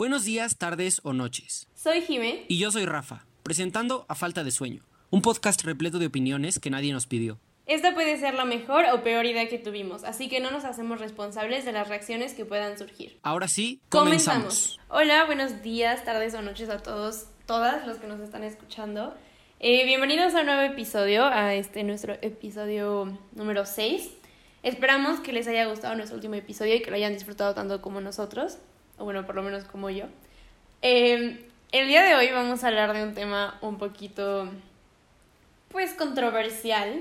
Buenos días, tardes o noches. Soy Jime. Y yo soy Rafa, presentando A Falta de Sueño, un podcast repleto de opiniones que nadie nos pidió. Esta puede ser la mejor o peor idea que tuvimos, así que no nos hacemos responsables de las reacciones que puedan surgir. Ahora sí, comenzamos. Hola, buenos días, tardes o noches a todos, todas los que nos están escuchando. Bienvenidos a un nuevo episodio, a nuestro episodio número 6. Esperamos que les haya gustado nuestro último episodio y que lo hayan disfrutado tanto como nosotros, o bueno, por lo menos como yo. El día de hoy vamos a hablar de un tema un poquito, pues, controversial,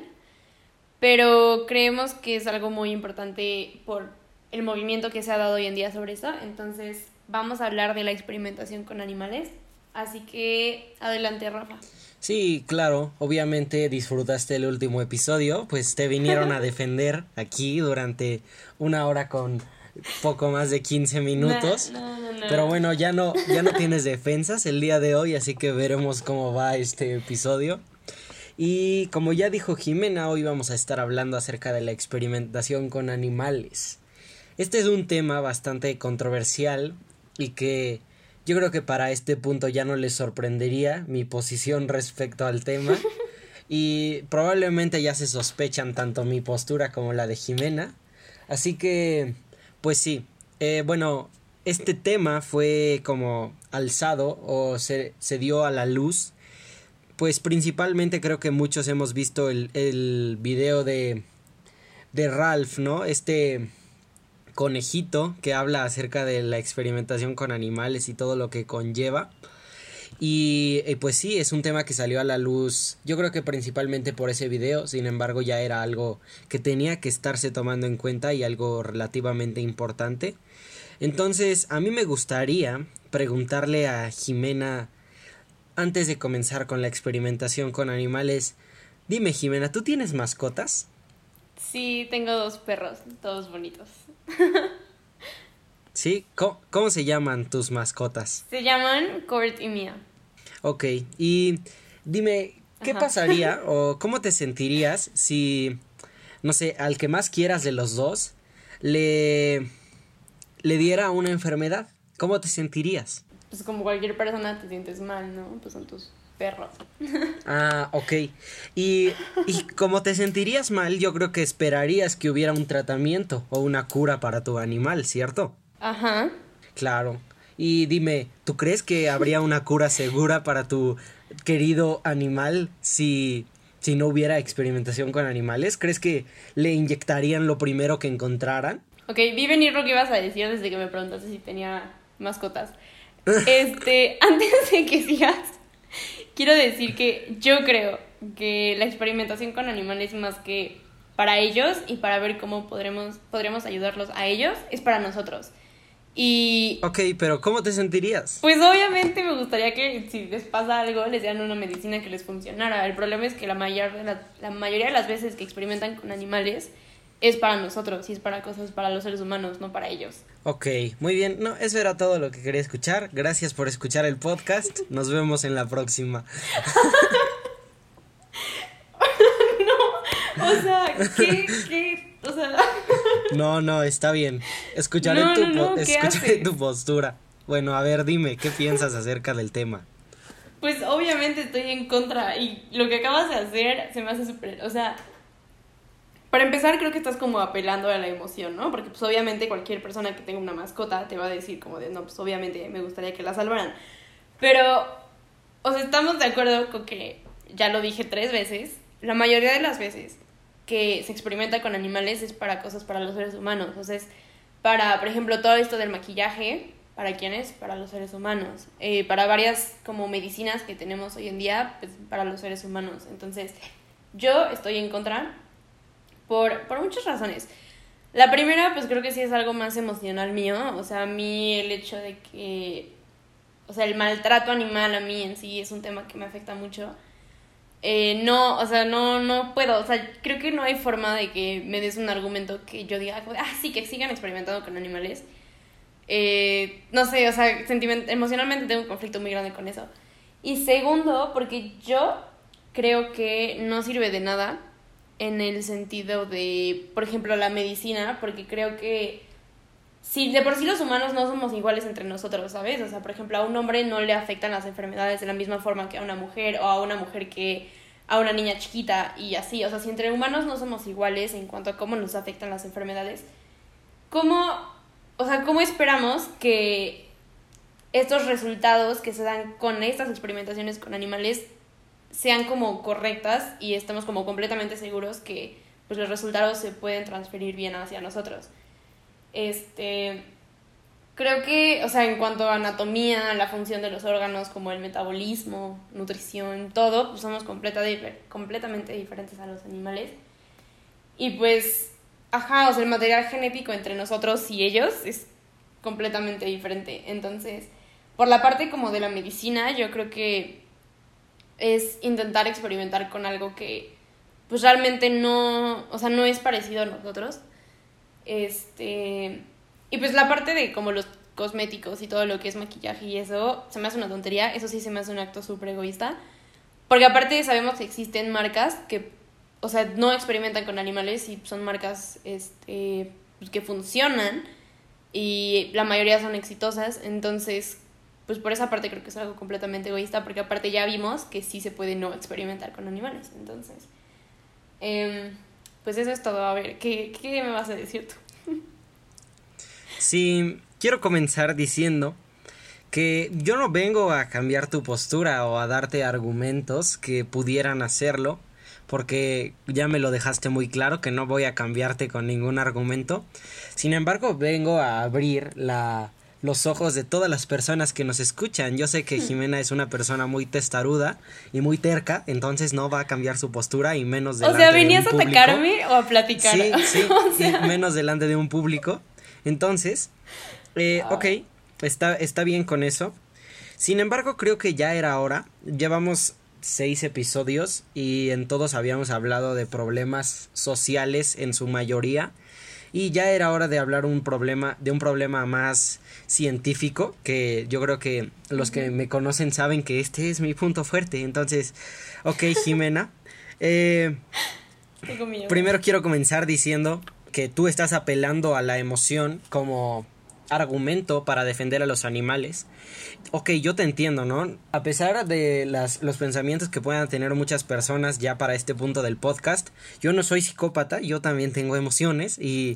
pero creemos que es algo muy importante por el movimiento que se ha dado hoy en día sobre eso. Entonces vamos a hablar de la experimentación con animales, así que adelante, Rafa. Sí, claro, obviamente disfrutaste el último episodio, pues te vinieron a defender aquí durante una hora con poco más de 15 minutos. No. Pero bueno, ya no tienes defensas el día de hoy, así que veremos cómo va este episodio. Y como ya dijo Jimena, hoy vamos a estar hablando acerca de la experimentación con animales. Este es un tema bastante controversial y que yo creo que para este punto ya no les sorprendería mi posición respecto al tema. Y probablemente ya se sospechan tanto mi postura como la de Jimena. Así que, pues sí, este tema fue como alzado o se dio a la luz. Pues principalmente creo que muchos hemos visto el video de Ralph, ¿no? Este conejito que habla acerca de la experimentación con animales y todo lo que conlleva. Y pues sí, es un tema que salió a la luz, yo creo que principalmente por ese video. Sin embargo, ya era algo que tenía que estarse tomando en cuenta y algo relativamente importante. Entonces, a mí me gustaría preguntarle a Jimena, antes de comenzar con la experimentación con animales, dime, Jimena, ¿tú tienes mascotas? Sí, tengo 2 perros, todos bonitos. ¿Sí? ¿Cómo se llaman tus mascotas? Se llaman Kurt y Mia. Ok, y dime, ¿qué pasaría o cómo te sentirías si, no sé, al que más quieras de los dos le diera una enfermedad? ¿Cómo te sentirías? Pues como cualquier persona te sientes mal, ¿no? Pues son tus perros. Ah, ok. Y como te sentirías mal, yo creo que esperarías que hubiera un tratamiento o una cura para tu animal, ¿cierto? Ajá. Claro. Y dime, ¿tú crees que habría una cura segura para tu querido animal si no hubiera experimentación con animales? ¿Crees que le inyectarían lo primero que encontraran? Ok, vi venir lo que ibas a decir desde que me preguntaste si tenía mascotas. Antes de que sigas, quiero decir que yo creo que la experimentación con animales, más que para ellos y para ver cómo podremos ayudarlos a ellos, es para nosotros. Y ok, pero ¿cómo te sentirías? pues obviamente me gustaría que si les pasa algo les dieran una medicina que les funcionara. El problema es que la mayoría de las veces que experimentan con animales es para nosotros y es para cosas para los seres humanos, no para ellos. Ok, muy bien. No, eso era todo lo que quería escuchar. Gracias por escuchar el podcast. Nos vemos en la próxima. No, o sea, ¿qué? O sea... No, está bien. Escucharé tu postura. Bueno, a ver, dime, ¿qué piensas acerca del tema? Pues obviamente estoy en contra y lo que acabas de hacer se me hace súper... O sea, para empezar creo que estás como apelando a la emoción, ¿no? Porque pues obviamente cualquier persona que tenga una mascota te va a decir como de, no, pues obviamente me gustaría que la salvaran. Pero, o sea, estamos de acuerdo con que, ya lo dije 3 veces, la mayoría de las veces que se experimenta con animales es para cosas para los seres humanos. O sea, es para, por ejemplo, todo esto del maquillaje, ¿para quiénes? Para los seres humanos. Para varias como medicinas que tenemos hoy en día, pues para los seres humanos. Entonces, yo estoy en contra por muchas razones. La primera, pues creo que sí es algo más emocional mío. O sea, a mí el hecho de que... O sea, el maltrato animal a mí en sí es un tema que me afecta mucho. No puedo, o sea, creo que no hay forma de que me des un argumento que yo diga, sí, que sigan experimentando con animales. No sé, o sea, emocionalmente tengo un conflicto muy grande con eso. Y segundo, porque yo creo que no sirve de nada en el sentido de, por ejemplo, la medicina, porque creo que si de por sí los humanos no somos iguales entre nosotros, ¿sabes? O sea, por ejemplo, a un hombre no le afectan las enfermedades de la misma forma que a una mujer, o a una mujer que a una niña chiquita y así. O sea, si entre humanos no somos iguales en cuanto a cómo nos afectan las enfermedades, ¿cómo esperamos que estos resultados que se dan con estas experimentaciones con animales sean como correctas y estemos como completamente seguros que pues los resultados se pueden transferir bien hacia nosotros? Creo que, o sea, en cuanto a anatomía, la función de los órganos, como el metabolismo, nutrición, todo, pues somos completamente diferentes a los animales. Y pues, o sea, el material genético entre nosotros y ellos es completamente diferente. Entonces, por la parte como de la medicina, yo creo que es intentar experimentar con algo que pues realmente no, o sea, no es parecido a nosotros. Y pues la parte de como los cosméticos y todo lo que es maquillaje y eso, se me hace una tontería. Eso sí se me hace un acto súper egoísta. Porque aparte sabemos que existen marcas que, o sea, no experimentan con animales y son marcas pues que funcionan y la mayoría son exitosas. Entonces, pues por esa parte creo que es algo completamente egoísta, porque aparte ya vimos que sí se puede no experimentar con animales. Entonces, pues eso es todo. A ver, ¿qué me vas a decir tú? Sí, quiero comenzar diciendo que yo no vengo a cambiar tu postura o a darte argumentos que pudieran hacerlo, porque ya me lo dejaste muy claro que no voy a cambiarte con ningún argumento. Sin embargo, vengo a abrir los ojos de todas las personas que nos escuchan. Yo sé que Jimena es una persona muy testaruda y muy terca, entonces no va a cambiar su postura y menos delante de un público. O sea, ¿venías a atacarme o a platicar? Sí, O sea, y menos delante de un público. Entonces, ok, está bien con eso. Sin embargo, creo que ya era hora. Llevamos 6 episodios y en todos habíamos hablado de problemas sociales en su mayoría. Y ya era hora de hablar de un problema más científico, que yo creo que los que me conocen saben que este es mi punto fuerte. Entonces, ok, Jimena. Primero quiero comenzar diciendo que tú estás apelando a la emoción como argumento para defender a los animales. Ok, yo te entiendo, ¿no? A pesar de los pensamientos que puedan tener muchas personas ya para este punto del podcast, yo no soy psicópata, yo también tengo emociones y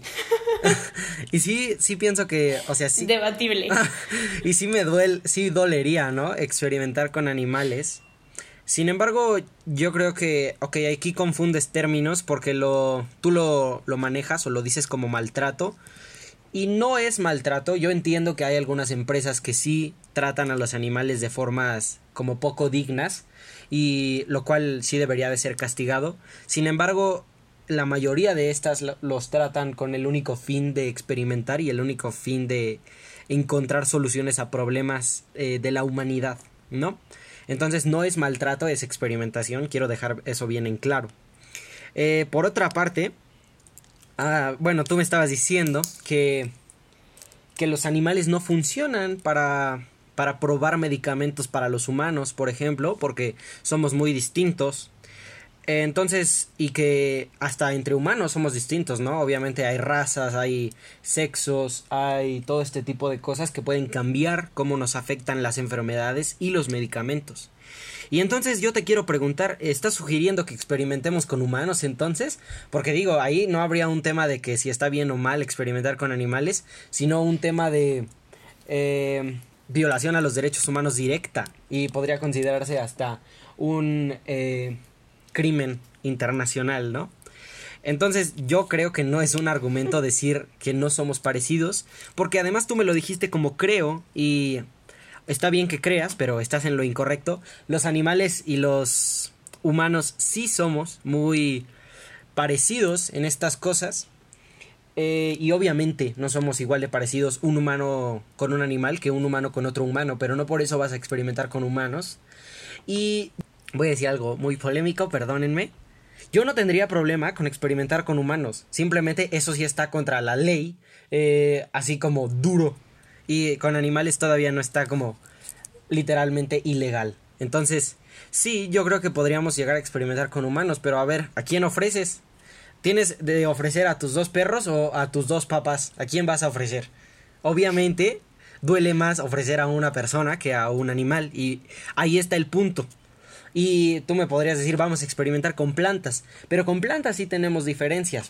y sí pienso que, o sea, sí. Debatible. Y sí dolería, ¿no? Experimentar con animales. Sin embargo, yo creo que, ok, aquí confundes términos porque tú lo manejas o lo dices como maltrato. Y no es maltrato. Yo entiendo que hay algunas empresas que sí tratan a los animales de formas como poco dignas, y lo cual sí debería de ser castigado. Sin embargo, la mayoría de estas los tratan con el único fin de experimentar y el único fin de encontrar soluciones a problemas de la humanidad, ¿no? Entonces no es maltrato, es experimentación. Quiero dejar eso bien en claro. Por otra parte, bueno, tú me estabas diciendo que los animales no funcionan para probar medicamentos para los humanos, por ejemplo, porque somos muy distintos. Entonces, y que hasta entre humanos somos distintos, ¿no? Obviamente hay razas, hay sexos, hay todo este tipo de cosas que pueden cambiar cómo nos afectan las enfermedades y los medicamentos. Y entonces yo te quiero preguntar, ¿estás sugiriendo que experimentemos con humanos entonces? Porque digo, ahí no habría un tema de que si está bien o mal experimentar con animales, sino un tema de violación a los derechos humanos directa, y podría considerarse hasta un crimen internacional, ¿no? Entonces yo creo que no es un argumento decir que no somos parecidos, porque además tú me lo dijiste como creo, y está bien que creas, pero estás en lo incorrecto. Los animales y los humanos sí somos muy parecidos en estas cosas, y obviamente no somos igual de parecidos un humano con un animal que un humano con otro humano, pero no por eso vas a experimentar con humanos. Y voy a decir algo muy polémico, perdónenme. Yo no tendría problema con experimentar con humanos. Simplemente eso sí está contra la ley, así como duro. Y con animales todavía no está como literalmente ilegal. Entonces, sí, yo creo que podríamos llegar a experimentar con humanos. Pero a ver, ¿a quién ofreces? ¿Tienes de ofrecer a tus 2 perros o a tus 2 papás? ¿A quién vas a ofrecer? obviamente duele más ofrecer a una persona que a un animal, y ahí está el punto. Y tú me podrías decir, vamos a experimentar con plantas, pero con plantas sí tenemos diferencias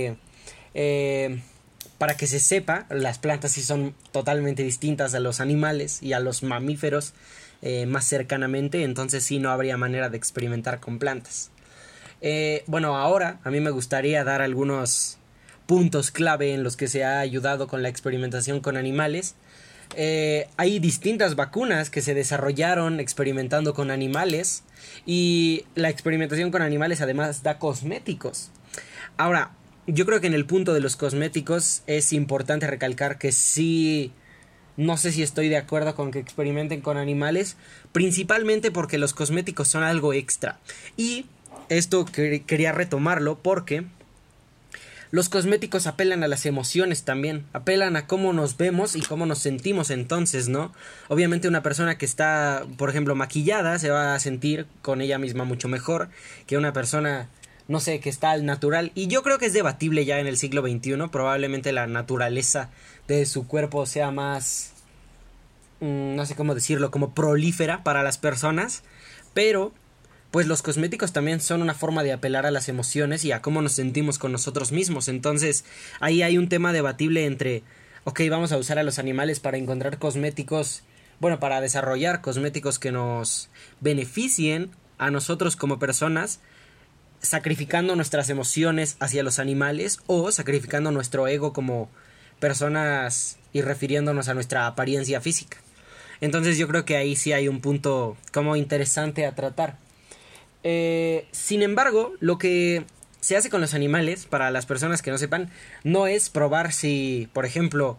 para que se sepa. Las plantas sí son totalmente distintas a los animales y a los mamíferos más cercanamente, entonces sí no habría manera de experimentar con plantas. Bueno, ahora a mí me gustaría dar algunos puntos clave en los que se ha ayudado con la experimentación con animales. Hay distintas vacunas que se desarrollaron experimentando con animales, y la experimentación con animales además da cosméticos. Ahora, yo creo que en el punto de los cosméticos es importante recalcar que sí, no sé si estoy de acuerdo con que experimenten con animales, principalmente porque los cosméticos son algo extra. Y esto quería retomarlo porque los cosméticos apelan a las emociones también, apelan a cómo nos vemos y cómo nos sentimos entonces, ¿no? Obviamente una persona que está, por ejemplo, maquillada se va a sentir con ella misma mucho mejor que una persona, no sé, que está al natural. Y yo creo que es debatible ya en el siglo XXI, probablemente la naturaleza de su cuerpo sea más, no sé cómo decirlo, como prolífera para las personas, pero pues los cosméticos también son una forma de apelar a las emociones y a cómo nos sentimos con nosotros mismos. Entonces ahí hay un tema debatible entre, ok, vamos a usar a los animales para encontrar cosméticos, bueno, para desarrollar cosméticos que nos beneficien a nosotros como personas, sacrificando nuestras emociones hacia los animales, o sacrificando nuestro ego como personas y refiriéndonos a nuestra apariencia física. Entonces yo creo que ahí sí hay un punto como interesante a tratar. Sin embargo, lo que se hace con los animales, para las personas que no sepan, no es probar si, por ejemplo,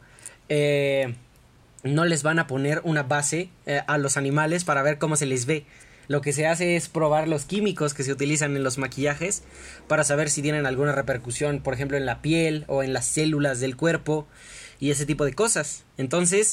no les van a poner una base a los animales para ver cómo se les ve. Lo que se hace es probar los químicos que se utilizan en los maquillajes para saber si tienen alguna repercusión, por ejemplo, en la piel o en las células del cuerpo y ese tipo de cosas. Entonces,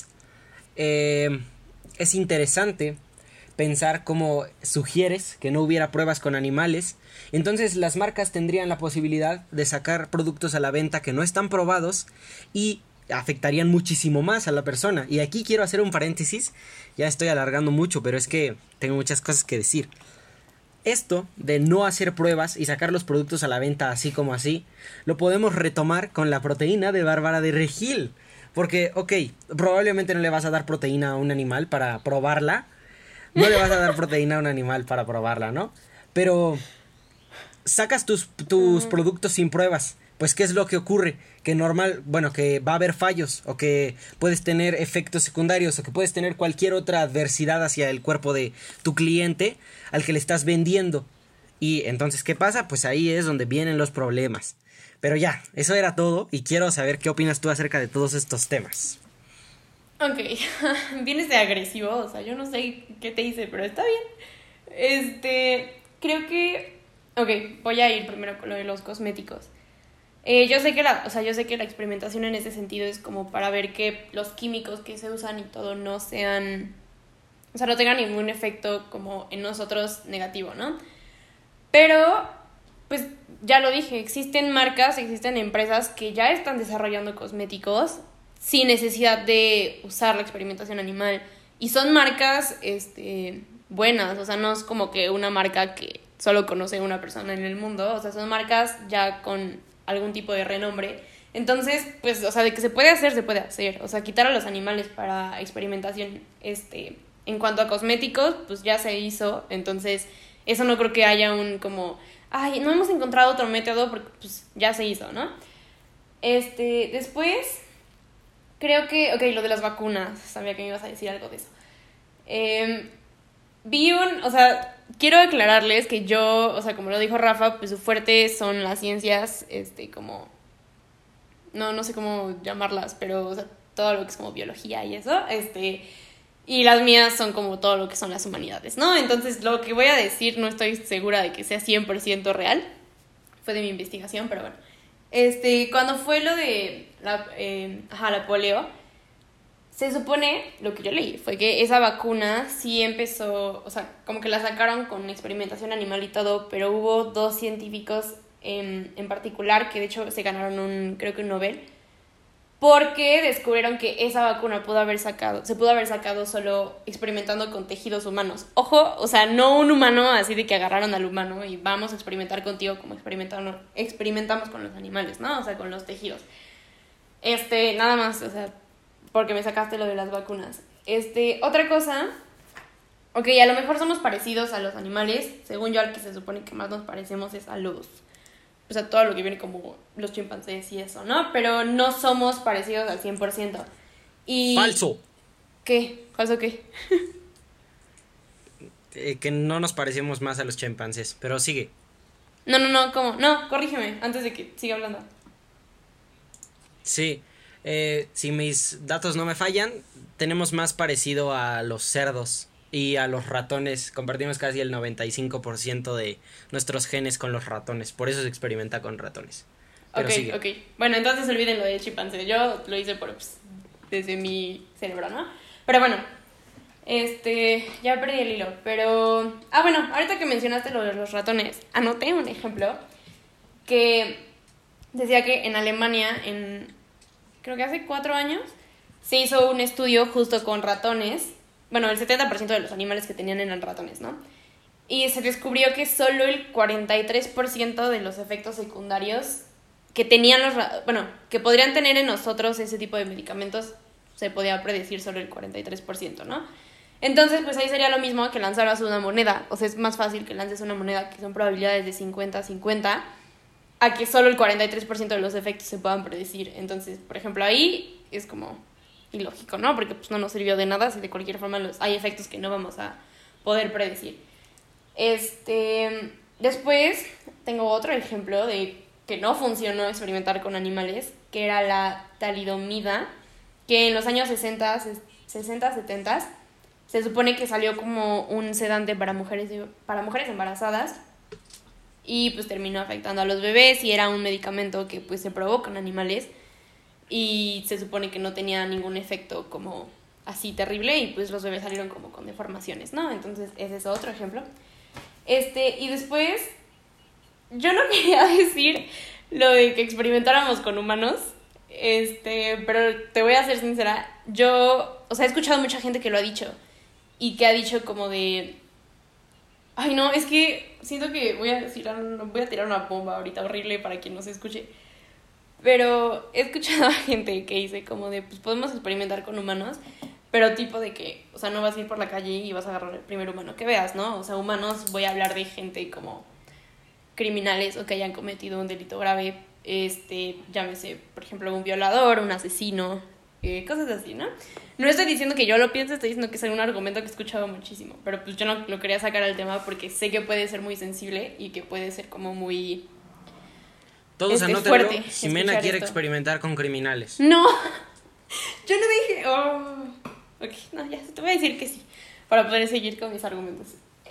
es interesante pensar cómo sugieres que no hubiera pruebas con animales. Entonces las marcas tendrían la posibilidad de sacar productos a la venta que no están probados y afectarían muchísimo más a la persona. Y aquí quiero hacer un paréntesis, ya estoy alargando mucho, pero es que tengo muchas cosas que decir. Esto de no hacer pruebas y sacar los productos a la venta así como así, lo podemos retomar con la proteína de Bárbara de Regil. Porque, ok, probablemente no le vas a dar proteína a un animal para probarla. No le vas a dar proteína a un animal para probarla, ¿no? Pero sacas tus productos sin pruebas. Pues, ¿qué es lo que ocurre? Que que va a haber fallos, o que puedes tener efectos secundarios, o que puedes tener cualquier otra adversidad hacia el cuerpo de tu cliente al que le estás vendiendo. Y entonces, ¿qué pasa? Pues ahí es donde vienen los problemas. Pero ya, eso era todo, y quiero saber qué opinas tú acerca de todos estos temas. Ok, vienes de agresivo, o sea, yo no sé qué te hice, pero está bien. Creo que... Ok, voy a ir primero con lo de los cosméticos. Yo sé que la experimentación en ese sentido es como para ver que los químicos que se usan y todo no sean... O sea, no tengan ningún efecto como en nosotros negativo, ¿no? Pero, pues, ya lo dije, existen marcas, existen empresas que ya están desarrollando cosméticos sin necesidad de usar la experimentación animal. Y son marcas buenas, o sea, no es como que una marca que solo conoce una persona en el mundo, o sea, son marcas ya con algún tipo de renombre. Entonces, pues, o sea, de que se puede hacer, se puede hacer. O sea, quitar a los animales para experimentación, en cuanto a cosméticos, pues ya se hizo. Entonces, eso no creo que haya un como, ay, no hemos encontrado otro método porque, pues, ya se hizo, ¿no? Después... Creo que... Ok, lo de las vacunas. Sabía que me ibas a decir algo de eso. O sea, quiero aclararles que yo... O sea, como lo dijo Rafa, pues su fuerte son las ciencias, como... No sé cómo llamarlas, pero, o sea, todo lo que es como biología y eso, y las mías son como todo lo que son las humanidades, ¿no? Entonces, lo que voy a decir no estoy segura de que sea 100% real. Fue de mi investigación, pero bueno. Cuando fue lo de la polio, se supone, lo que yo leí, fue que esa vacuna sí empezó, o sea, como que la sacaron con experimentación animal y todo, pero hubo 2 científicos en particular que de hecho se ganaron creo que un Nobel, porque descubrieron que esa vacuna se pudo haber sacado solo experimentando con tejidos humanos. Ojo, o sea, no un humano así de que agarraron al humano y vamos a experimentar contigo como experimentamos con los animales, ¿no? O sea, con los tejidos. Nada más, o sea, porque me sacaste lo de las vacunas. Otra cosa, ok, a lo mejor somos parecidos a los animales, según yo al que se supone que más nos parecemos es a los, o sea, todo lo que viene como los chimpancés y eso, ¿no? Pero no somos parecidos al 100%. Y... ¡Falso! ¿Qué? ¿Falso qué? Que no nos parecemos más a los chimpancés, pero sigue. No, ¿cómo? No, corrígeme, antes de que siga hablando. Sí, si mis datos no me fallan, tenemos más parecido a los cerdos y a los ratones. Compartimos casi el 95% de nuestros genes con los ratones. Por eso se experimenta con ratones. Pero sigue. Ok. Bueno, entonces olviden lo de chimpancé. Yo lo hice desde mi cerebro, ¿no? Pero bueno, ya perdí el hilo. Pero, bueno, ahorita que mencionaste lo de los ratones, anoté un ejemplo que decía que en Alemania, creo que hace 4 años, se hizo un estudio justo con ratones. Bueno, el 70% de los animales que tenían eran ratones, ¿no? Y se descubrió que solo el 43% de los efectos secundarios que tenían que podrían tener en nosotros ese tipo de medicamentos, se podía predecir solo el 43%, ¿no? Entonces, pues ahí sería lo mismo que lanzaras una moneda. O sea, es más fácil que lances una moneda que son probabilidades de 50-50 a que solo el 43% de los efectos se puedan predecir. Entonces, por ejemplo, ahí es como ilógico, ¿no? Porque pues no nos sirvió de nada si de cualquier forma hay efectos que no vamos a poder predecir. Después tengo otro ejemplo de que no funcionó experimentar con animales, que era la talidomida, que en los años 60, 70 se supone que salió como un sedante para mujeres embarazadas y pues terminó afectando a los bebés y era un medicamento que pues se probó con animales y se supone que no tenía ningún efecto como así terrible y pues los bebés salieron como con deformaciones, ¿no? Entonces ese es otro ejemplo. Y después yo no quería decir lo de que experimentáramos con humanos, pero te voy a ser sincera, yo, o sea, he escuchado mucha gente que lo ha dicho y que ha dicho como de, ay no, es que siento que voy a tirar una bomba ahorita horrible para quien no se escuche, pero he escuchado a gente que dice como de, pues podemos experimentar con humanos, pero tipo de que, o sea, no vas a ir por la calle y vas a agarrar el primer humano que veas, ¿no? O sea, humanos, voy a hablar de gente como criminales o que hayan cometido un delito grave, llámese, por ejemplo, un violador, un asesino, cosas así, ¿no? No estoy diciendo que yo lo piense, estoy diciendo que es un argumento que he escuchado muchísimo, pero pues yo no lo quería sacar al tema porque sé que puede ser muy sensible y que puede ser como muy... Todos anótenlo, Jimena quiere experimentar con criminales. No, yo no dije... Ok, no, ya te voy a decir que sí, para poder seguir con mis argumentos.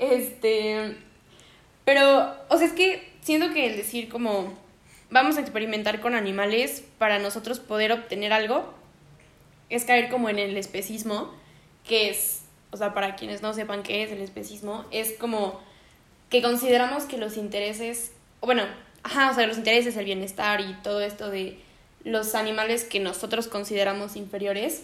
Pero, o sea, es que siento que el decir como vamos a experimentar con animales para nosotros poder obtener algo es caer como en el especismo, que es, o sea, para quienes no sepan qué es el especismo, es como que consideramos que los intereses, o sea, los intereses, el bienestar y todo esto de los animales que nosotros consideramos inferiores,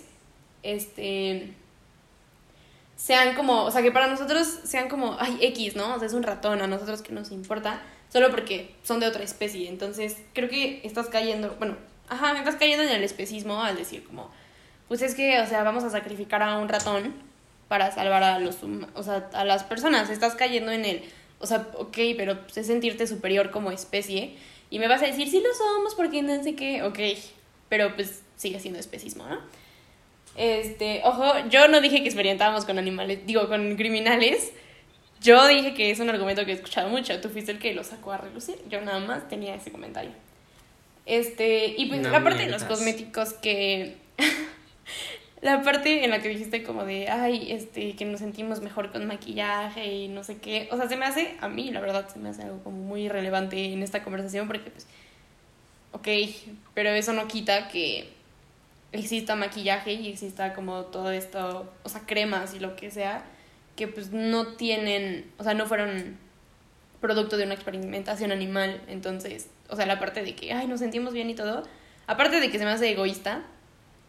sean como, o sea, que para nosotros sean como, ay, X, ¿no? O sea, es un ratón, a nosotros que nos importa, solo porque son de otra especie. Entonces, creo que estás cayendo en el especismo al decir como, pues es que, o sea, vamos a sacrificar a un ratón para salvar a a las personas. Estás cayendo en el, o sea, ok, pero pues, es sentirte superior como especie. Y me vas a decir, sí lo somos porque no sé qué, ok, pero pues sigue siendo especismo, ¿no? Ojo, yo no dije que experimentábamos con con criminales. Yo dije que es un argumento que he escuchado mucho. Tú fuiste el que lo sacó a relucir. Yo nada más tenía ese comentario. Y pues no la parte mientas. de los cosméticos que... la parte en la que dijiste como de, ay, que nos sentimos mejor con maquillaje y no sé qué. O sea, a mí la verdad se me hace algo como muy relevante en esta conversación porque pues, ok, pero eso no quita que exista maquillaje y exista como todo esto, o sea, cremas y lo que sea, que pues no tienen, o sea, no fueron producto de una experimentación animal. Entonces, o sea, la parte de que, ay, nos sentimos bien y todo, aparte de que se me hace egoísta,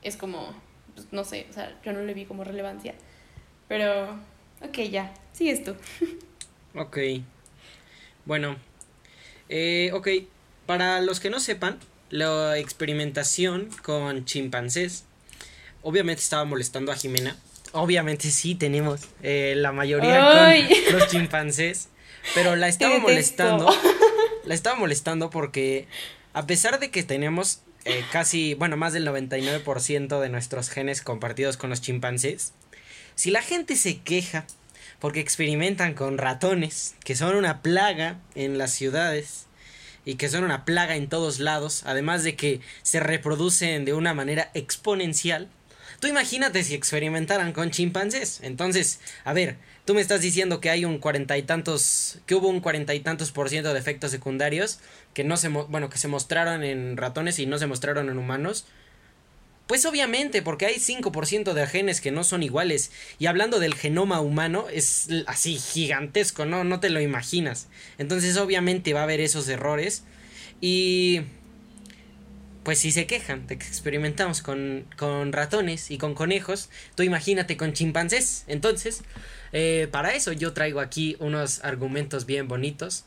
es como, pues, no sé, o sea, yo no le vi como relevancia. Pero, ok, ya, sigues tú. Ok, bueno, ok, para los que no sepan, la experimentación con chimpancés obviamente estaba molestando a Jimena. Obviamente sí tenemos la mayoría ¡Ay! con los chimpancés, pero la Te estaba detesto. molestando. La estaba molestando porque a pesar de que tenemos casi, bueno, más del 99% de nuestros genes compartidos con los chimpancés, si la gente se queja porque experimentan con ratones, que son una plaga en las ciudades y que son una plaga en todos lados, además de que se reproducen de una manera exponencial, tú imagínate si experimentaran con chimpancés. Entonces, a ver, tú me estás diciendo que hay un cuarenta y tantos, que hubo un 40% de efectos secundarios que no se, bueno, que se mostraron en ratones y no se mostraron en humanos. Pues obviamente, porque hay 5% de genes que no son iguales. Y hablando del genoma humano, es así gigantesco, ¿no? No te lo imaginas. Entonces obviamente va a haber esos errores. Y pues si se quejan de que experimentamos con ratones y con conejos, tú imagínate con chimpancés. Entonces, para eso yo traigo aquí unos argumentos bien bonitos.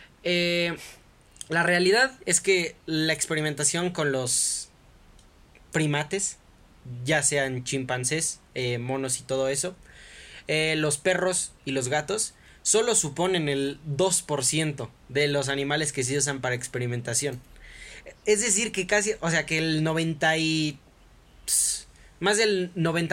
La realidad es que la experimentación con los primates, ya sean chimpancés, monos y todo eso, los perros y los gatos solo suponen el 2% de los animales que se usan para experimentación. Es decir, que casi, o sea, que el 90 y más del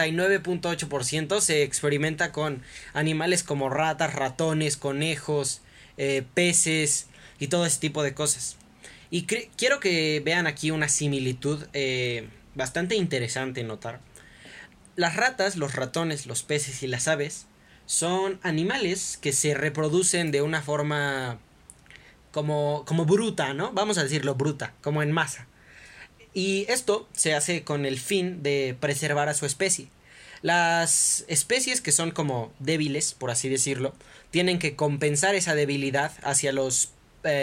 99.8% se experimenta con animales como ratas, ratones, conejos, peces y todo ese tipo de cosas. Y quiero que vean aquí una similitud bastante interesante notar. Las ratas, los ratones, los peces y las aves son animales que se reproducen de una forma como bruta, ¿no? Vamos a decirlo bruta, como en masa. Y esto se hace con el fin de preservar a su especie. Las especies que son como débiles, por así decirlo, tienen que compensar esa debilidad hacia los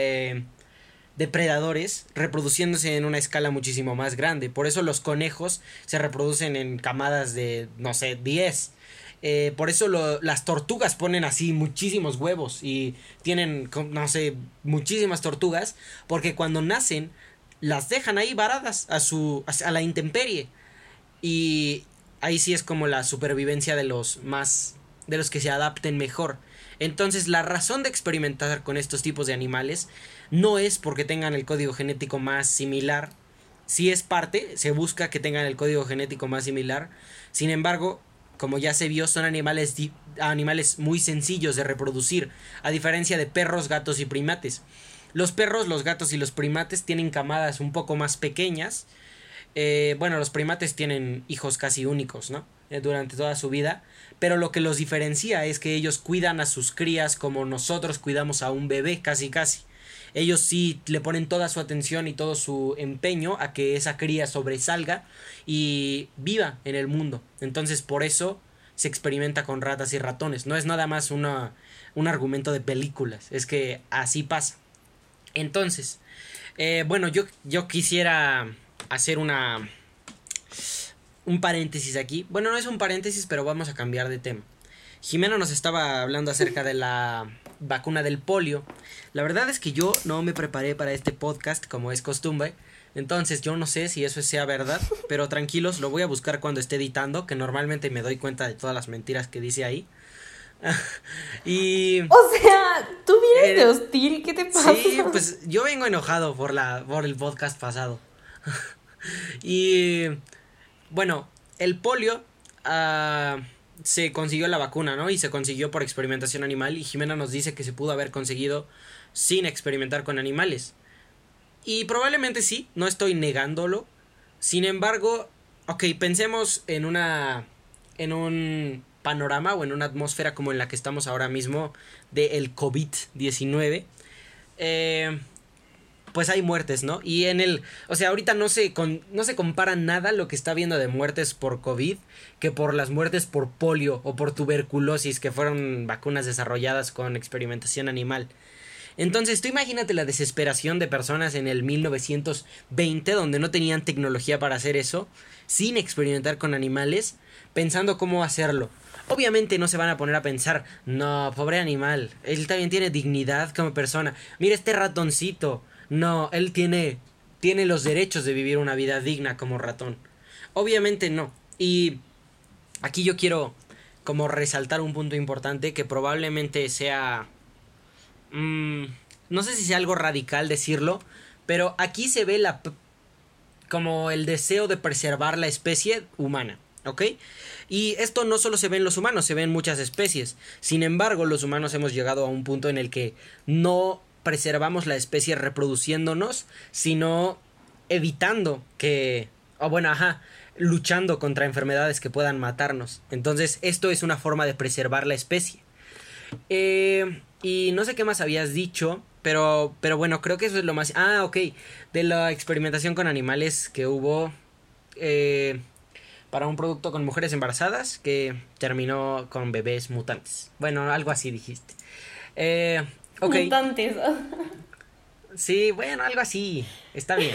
depredadores, reproduciéndose en una escala muchísimo más grande. Por eso los conejos se reproducen en camadas de, no sé, 10. Por eso las tortugas ponen así muchísimos huevos y tienen, no sé, muchísimas tortugas, porque cuando nacen las dejan ahí varadas a la intemperie. Y ahí sí es como la supervivencia de los que se adapten mejor. Entonces la razón de experimentar con estos tipos de animales no es porque tengan el código genético más similar. Sí es parte, se busca que tengan el código genético más similar. Sin embargo, como ya se vio, son animales muy sencillos de reproducir, a diferencia de perros, gatos y primates. Los perros, los gatos y los primates tienen camadas un poco más pequeñas. Bueno, los primates tienen hijos casi únicos, ¿no? Durante toda su vida. Pero lo que los diferencia es que ellos cuidan a sus crías como nosotros cuidamos a un bebé, casi casi. Ellos sí le ponen toda su atención y todo su empeño a que esa cría sobresalga y viva en el mundo. Entonces por eso se experimenta con ratas y ratones. No es nada más un argumento de películas, es que así pasa. Entonces, bueno, yo quisiera hacer un paréntesis aquí. Bueno, no es un paréntesis, pero vamos a cambiar de tema. Jimena nos estaba hablando acerca de la vacuna del polio. La verdad es que yo no me preparé para este podcast como es costumbre. Entonces yo no sé si eso sea verdad, pero tranquilos, lo voy a buscar cuando esté editando, que normalmente me doy cuenta de todas las mentiras que dice ahí. Y O sea, tú vienes de hostil, ¿qué te pasa? sí, pues yo vengo enojado por el podcast pasado. Y bueno, el polio se consiguió la vacuna, ¿no? Y se consiguió por experimentación animal. Y Jimena nos dice que se pudo haber conseguido sin experimentar con animales. Y probablemente sí, no estoy negándolo. Sin embargo, ok, pensemos en un panorama o en una atmósfera como en la que estamos ahora mismo del COVID-19. Pues hay muertes, ¿no? Y o sea, ahorita no se compara nada lo que está habiendo de muertes por COVID que por las muertes por polio o por tuberculosis, que fueron vacunas desarrolladas con experimentación animal. Entonces, tú imagínate la desesperación de personas en el 1920, donde no tenían tecnología para hacer eso, sin experimentar con animales, pensando cómo hacerlo. Obviamente no se van a poner a pensar, no, pobre animal, él también tiene dignidad como persona. Mira este ratoncito, no, él tiene los derechos de vivir una vida digna como ratón. Obviamente no. Y aquí yo quiero como resaltar un punto importante que probablemente sea... no sé si sea algo radical decirlo, pero aquí se ve como el deseo de preservar la especie humana, ¿ok? Y esto no solo se ve en los humanos, se ve en muchas especies. Sin embargo, los humanos hemos llegado a un punto en el que no preservamos la especie reproduciéndonos, sino evitando que... luchando contra enfermedades que puedan matarnos. Entonces, esto es una forma de preservar la especie. Y no sé qué más habías dicho, pero bueno, creo que eso es lo más... Ah, ok, de la experimentación con animales que hubo para un producto con mujeres embarazadas que terminó con bebés mutantes. Bueno, algo así dijiste. Okay. Mutantes. Sí, bueno, algo así. Está bien.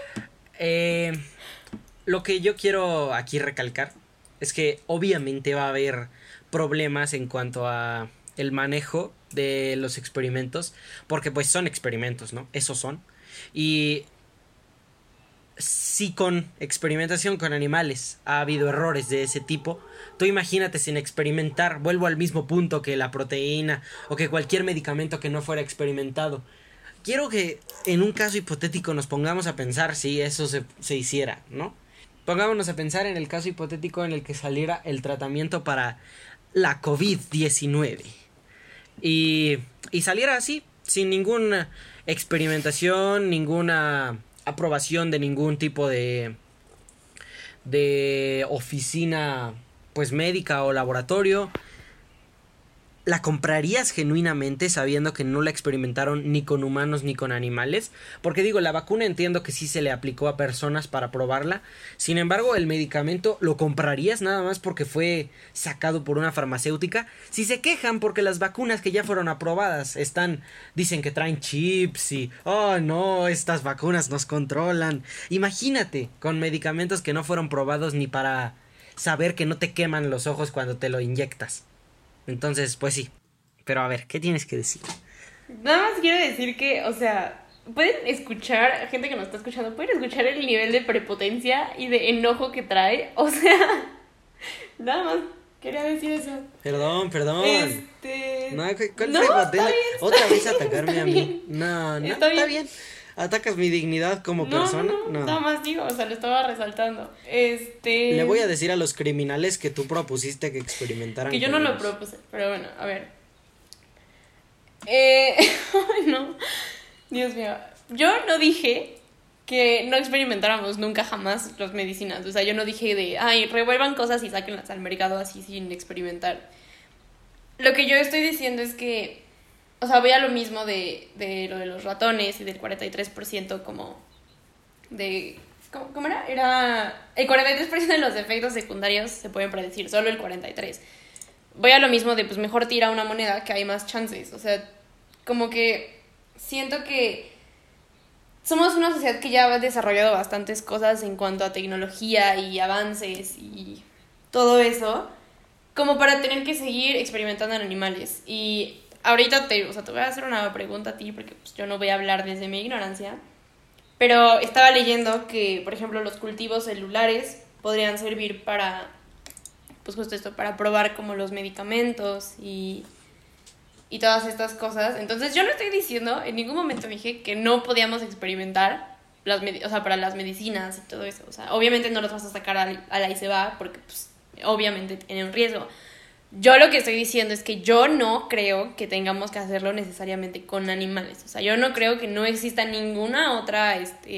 Lo que yo quiero aquí recalcar es que obviamente va a haber problemas en cuanto a el manejo de los experimentos, porque pues son experimentos, ¿no? Esos son. Y si con experimentación con animales ha habido errores de ese tipo, tú imagínate sin experimentar. Vuelvo al mismo punto que la proteína o que cualquier medicamento que no fuera experimentado. Quiero que en un caso hipotético nos pongamos a pensar si eso se hiciera, ¿no? Pongámonos a pensar en el caso hipotético en el que saliera el tratamiento para la COVID-19 y saliera así, sin ninguna experimentación, ninguna aprobación de ningún tipo de oficina pues médica o laboratorio. ¿La comprarías genuinamente sabiendo que no la experimentaron ni con humanos ni con animales? Porque digo, la vacuna entiendo que sí se le aplicó a personas para probarla. Sin embargo, el medicamento lo comprarías nada más porque fue sacado por una farmacéutica. Si se quejan porque las vacunas que ya fueron aprobadas dicen que traen chips y oh no, estas vacunas nos controlan. Imagínate, con medicamentos que no fueron probados ni para saber que no te queman los ojos cuando te lo inyectas. Entonces, pues sí. Pero a ver, ¿qué tienes que decir? Nada más quiero decir que, o sea, pueden escuchar, gente que nos está escuchando, pueden escuchar el nivel de prepotencia y de enojo que trae. O sea, nada más quería decir eso. Perdón. No, ¿cuál no, prepotencia? Otra vez está atacarme a mí. bien. No, está bien. ¿Atacas mi dignidad como persona? No. Nada más digo, o sea, lo estaba resaltando. Le voy a decir a los criminales que tú propusiste que experimentaran. Que yo no lo propuse, pero bueno, a ver. No, Dios mío. Yo no dije que no experimentáramos nunca jamás las medicinas. O sea, yo no dije revuelvan cosas y sáquenlas al mercado así sin experimentar. Lo que yo estoy diciendo es que, o sea, voy a lo mismo de lo de los ratones y del 43% como de... ¿Cómo era? Era... El 43% de los efectos secundarios se pueden predecir, solo el 43%. Voy a lo mismo de, pues, mejor tira una moneda que hay más chances. O sea, como que siento que somos una sociedad que ya ha desarrollado bastantes cosas en cuanto a tecnología y avances y todo eso, como para tener que seguir experimentando en animales. Y ahorita te voy a hacer una pregunta a ti porque pues, yo no voy a hablar desde mi ignorancia, pero estaba leyendo que, por ejemplo, los cultivos celulares podrían servir para, pues justo esto, para probar como los medicamentos y todas estas cosas. Entonces yo no estoy diciendo, en ningún momento dije que no podíamos experimentar para las medicinas y todo eso. O sea, obviamente no los vas a sacar a la y se va porque pues, obviamente tiene un riesgo. Yo lo que estoy diciendo es que yo no creo que tengamos que hacerlo necesariamente con animales. O sea, yo no creo que no exista ninguna otra,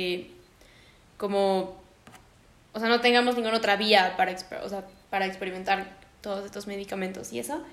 no tengamos ninguna otra vía para experimentar todos estos medicamentos y eso.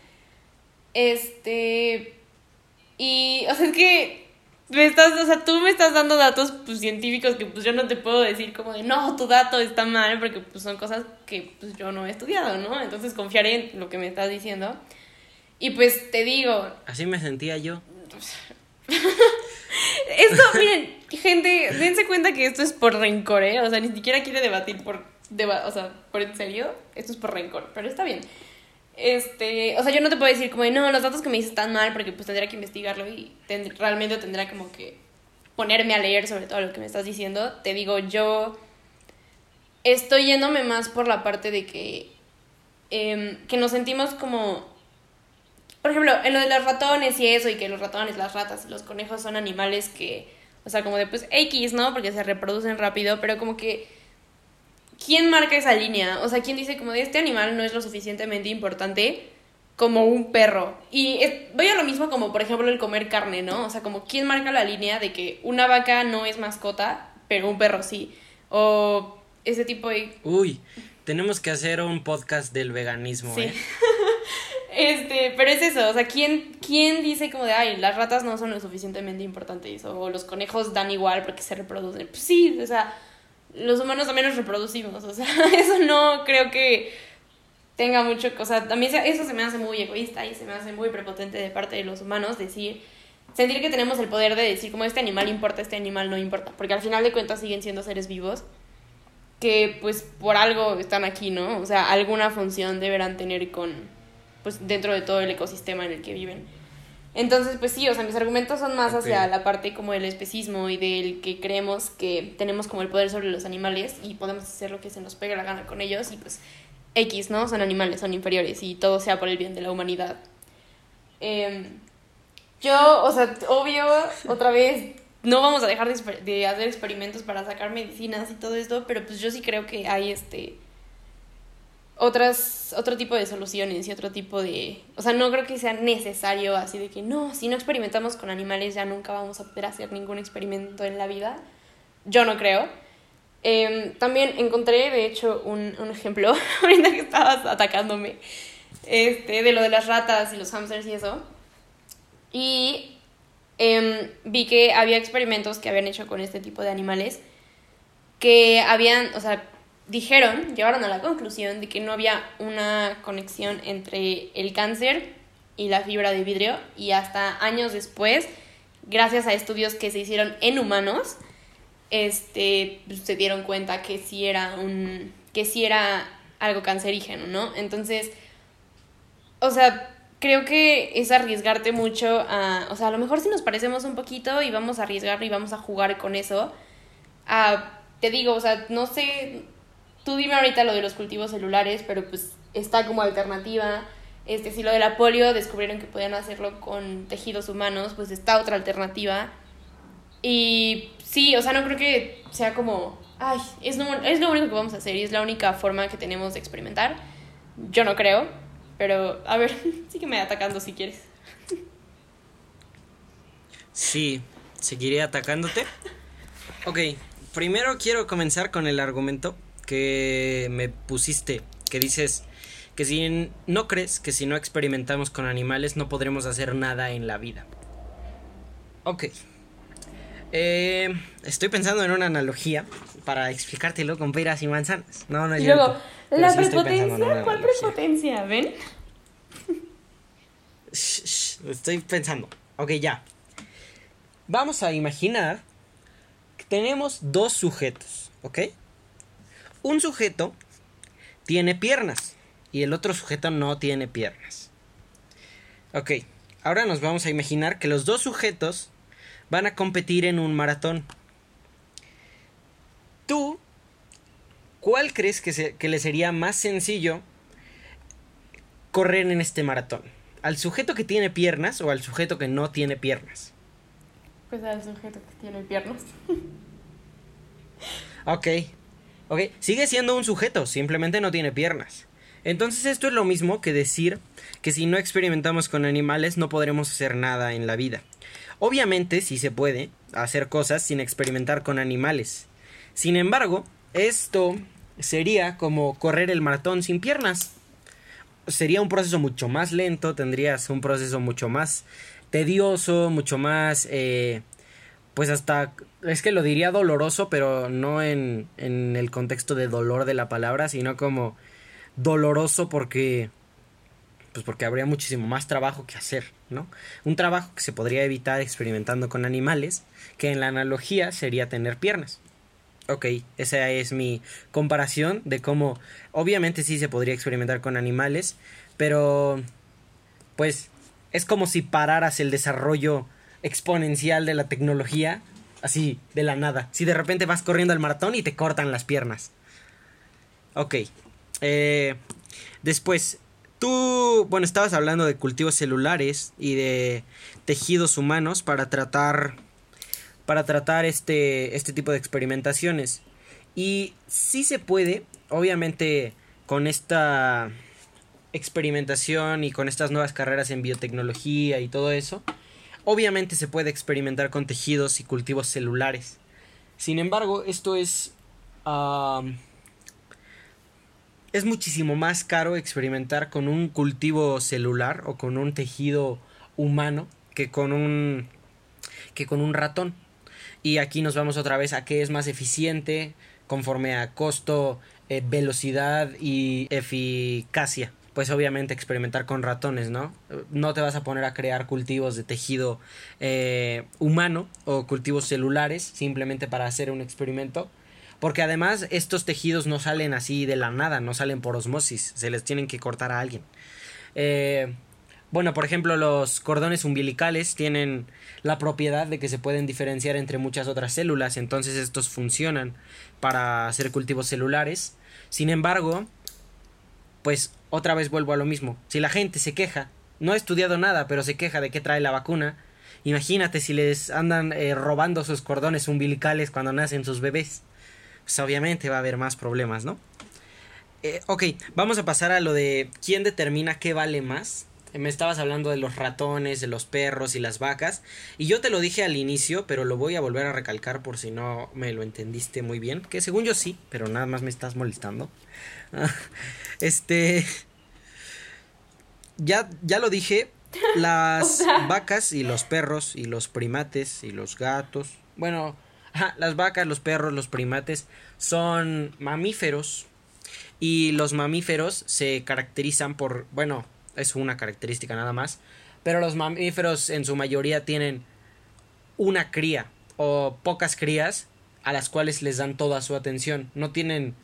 Y, o sea, es que tú me estás dando datos pues, científicos que pues yo no te puedo decir como de no, tu dato está mal porque pues son cosas que pues yo no he estudiado, ¿no? Entonces confiaré en lo que me estás diciendo. Y pues te digo... Así me sentía yo. Esto, miren, gente, dense cuenta que esto es por rencor, ¿eh? O sea, ni siquiera quiere debatir o sea, por en serio, esto es por rencor, pero está bien. O sea, yo no te puedo decir como de, no, los datos que me dices están mal, porque pues tendría que investigarlo y realmente tendría como que ponerme a leer sobre todo lo que me estás diciendo. Te digo, yo estoy yéndome más por la parte de que nos sentimos como, por ejemplo, en lo de los ratones y eso, y que los ratones, las ratas y los conejos son animales que, o sea, como de pues X, ¿no? Porque se reproducen rápido, pero como que, ¿quién marca esa línea? O sea, ¿quién dice como de este animal no es lo suficientemente importante como un perro? Y voy a lo mismo como, por ejemplo, el comer carne, ¿no? O sea, como, ¿quién marca la línea de que una vaca no es mascota, pero un perro sí? O ese tipo de... Uy, tenemos que hacer un podcast del veganismo, sí. Pero es eso, o sea, ¿quién dice como de, ay, las ratas no son lo suficientemente importantes? O los conejos dan igual porque se reproducen. Pues sí, o sea, los humanos también nos reproducimos, o sea, eso no creo que tenga mucho, o sea, también eso se me hace muy egoísta y se me hace muy prepotente de parte de los humanos sentir que tenemos el poder de decir como este animal importa, este animal no importa, porque al final de cuentas siguen siendo seres vivos que pues por algo están aquí, ¿no? O sea, alguna función deberán tener pues dentro de todo el ecosistema en el que viven. Entonces, pues sí, o sea, mis argumentos son más hacia la parte como del especismo y del que creemos que tenemos como el poder sobre los animales y podemos hacer lo que se nos pegue la gana con ellos y pues X, ¿no? Son animales, son inferiores y todo sea por el bien de la humanidad. Yo, o sea, obvio, otra vez, no vamos a dejar de hacer experimentos para sacar medicinas y todo esto, pero pues yo sí creo que hay otro tipo de soluciones y otro tipo de... O sea, no creo que sea necesario así de que no, si no experimentamos con animales ya nunca vamos a poder hacer ningún experimento en la vida. Yo no creo. También encontré, de hecho, un ejemplo, ahorita que estabas atacándome, de lo de las ratas y los hámsters y eso. Y vi que había experimentos que habían hecho con este tipo de animales que habían, o sea, llevaron a la conclusión de que no había una conexión entre el cáncer y la fibra de vidrio y hasta años después, gracias a estudios que se hicieron en humanos, se dieron cuenta que sí era algo cancerígeno, ¿no? Entonces, o sea, creo que es arriesgarte mucho o sea, a lo mejor si nos parecemos un poquito y vamos a arriesgar y vamos a jugar con eso, te digo, o sea, no sé, tú dime ahorita lo de los cultivos celulares, pero pues está como alternativa. Si lo de la polio descubrieron que podían hacerlo con tejidos humanos, pues está otra alternativa. Y sí, o sea, no creo que sea como, ay, es lo único que vamos a hacer y es la única forma que tenemos de experimentar. Yo no creo, pero a ver, sígueme atacando si quieres. Sí, seguiré atacándote. Ok, primero quiero comenzar con el argumento que me pusiste, que dices que si no crees que si no experimentamos con animales no podremos hacer nada en la vida. Ok. Estoy pensando en una analogía para explicártelo con peras y manzanas. No es y luego, cierto. ¿la prepotencia? ¿Cuál prepotencia? ¿Ven? Estoy pensando. Ok, ya. Vamos a imaginar que tenemos dos sujetos, ¿ok? Un sujeto tiene piernas y el otro sujeto no tiene piernas. Ok, ahora nos vamos a imaginar que los dos sujetos van a competir en un maratón. ¿Tú cuál crees que le sería más sencillo correr en este maratón? ¿Al sujeto que tiene piernas o al sujeto que no tiene piernas? Pues al sujeto que tiene piernas. Ok, sigue siendo un sujeto, simplemente no tiene piernas. Entonces esto es lo mismo que decir que si no experimentamos con animales no podremos hacer nada en la vida. Obviamente sí se puede hacer cosas sin experimentar con animales. Sin embargo, esto sería como correr el maratón sin piernas. Sería un proceso mucho más lento, tendrías un proceso mucho más tedioso, mucho más... pues hasta, es que lo diría doloroso, pero no en el contexto de dolor de la palabra, sino como doloroso porque Pues porque habría muchísimo más trabajo que hacer, ¿no? Un trabajo que se podría evitar experimentando con animales, que en la analogía sería tener piernas. Ok, esa es mi comparación de cómo obviamente sí se podría experimentar con animales, pero pues es como si pararas el desarrollo exponencial de la tecnología así de la nada. Si de repente vas corriendo al maratón y te cortan las piernas. Ok, después tú, bueno, estabas hablando de cultivos celulares y de tejidos humanos para tratar este tipo de experimentaciones. Y sí se puede, obviamente, con esta experimentación y con estas nuevas carreras en biotecnología y todo eso, obviamente se puede experimentar con tejidos y cultivos celulares. Sin embargo, esto es muchísimo más caro experimentar con un cultivo celular o con un tejido humano que con un ratón. Y aquí nos vamos otra vez a qué es más eficiente conforme a costo, velocidad y eficacia. Pues obviamente experimentar con ratones, ¿no? No te vas a poner a crear cultivos de tejido humano o cultivos celulares simplemente para hacer un experimento. Porque además estos tejidos no salen así de la nada, no salen por osmosis, se les tienen que cortar a alguien. Bueno, por ejemplo, los cordones umbilicales tienen la propiedad de que se pueden diferenciar entre muchas otras células, entonces estos funcionan para hacer cultivos celulares. Sin embargo, pues otra vez vuelvo a lo mismo. Si la gente se queja, no ha estudiado nada, pero se queja de que trae la vacuna, imagínate si les andan robando sus cordones umbilicales cuando nacen sus bebés. Pues obviamente va a haber más problemas, ¿no? Ok, vamos a pasar a lo de quién determina qué vale más. Me estabas hablando de los ratones, de los perros y las vacas. Y yo te lo dije al inicio, pero lo voy a volver a recalcar por si no me lo entendiste muy bien. Que según yo sí, pero nada más me estás molestando. Ya lo dije. Las vacas y los perros y los primates y los gatos. Bueno, las vacas, los perros, los primates son mamíferos. Y los mamíferos se caracterizan por, bueno, es una característica nada más, pero los mamíferos en su mayoría tienen una cría o pocas crías a las cuales les dan toda su atención. No tienen,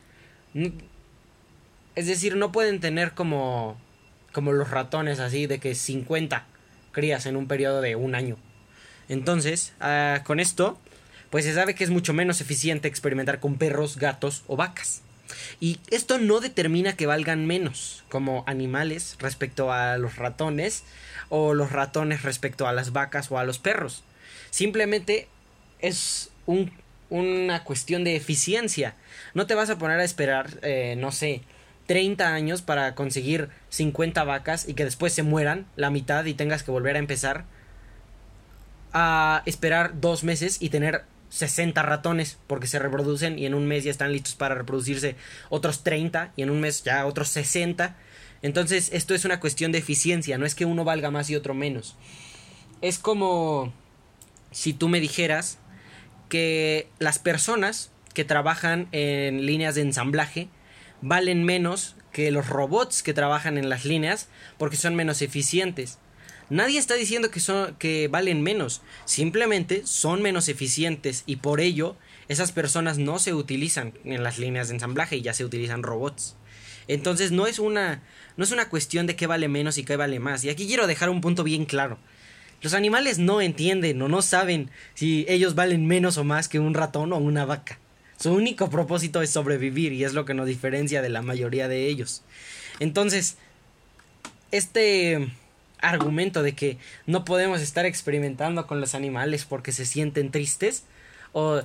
es decir, no pueden tener como los ratones así de que 50 crías en un periodo de un año. Entonces, con esto, pues se sabe que es mucho menos eficiente experimentar con perros, gatos o vacas. Y esto no determina que valgan menos como animales respecto a los ratones o los ratones respecto a las vacas o a los perros. Simplemente es una cuestión de eficiencia. No te vas a poner a esperar, no sé, 30 años para conseguir 50 vacas y que después se mueran la mitad y tengas que volver a empezar a esperar 2 meses y tener 60 ratones porque se reproducen y en un mes ya están listos para reproducirse otros 30 y en un mes ya otros 60. Entonces esto es una cuestión de eficiencia, no es que uno valga más y otro menos. Es como si tú me dijeras que las personas que trabajan en líneas de ensamblaje valen menos que los robots que trabajan en las líneas porque son menos eficientes. Nadie está diciendo que valen menos, simplemente son menos eficientes y por ello esas personas no se utilizan en las líneas de ensamblaje y ya se utilizan robots. Entonces no es una cuestión de qué vale menos y qué vale más. Y aquí quiero dejar un punto bien claro. Los animales no entienden o no saben si ellos valen menos o más que un ratón o una vaca. Su único propósito es sobrevivir y es lo que nos diferencia de la mayoría de ellos. Entonces, este argumento de que no podemos estar experimentando con los animales porque se sienten tristes o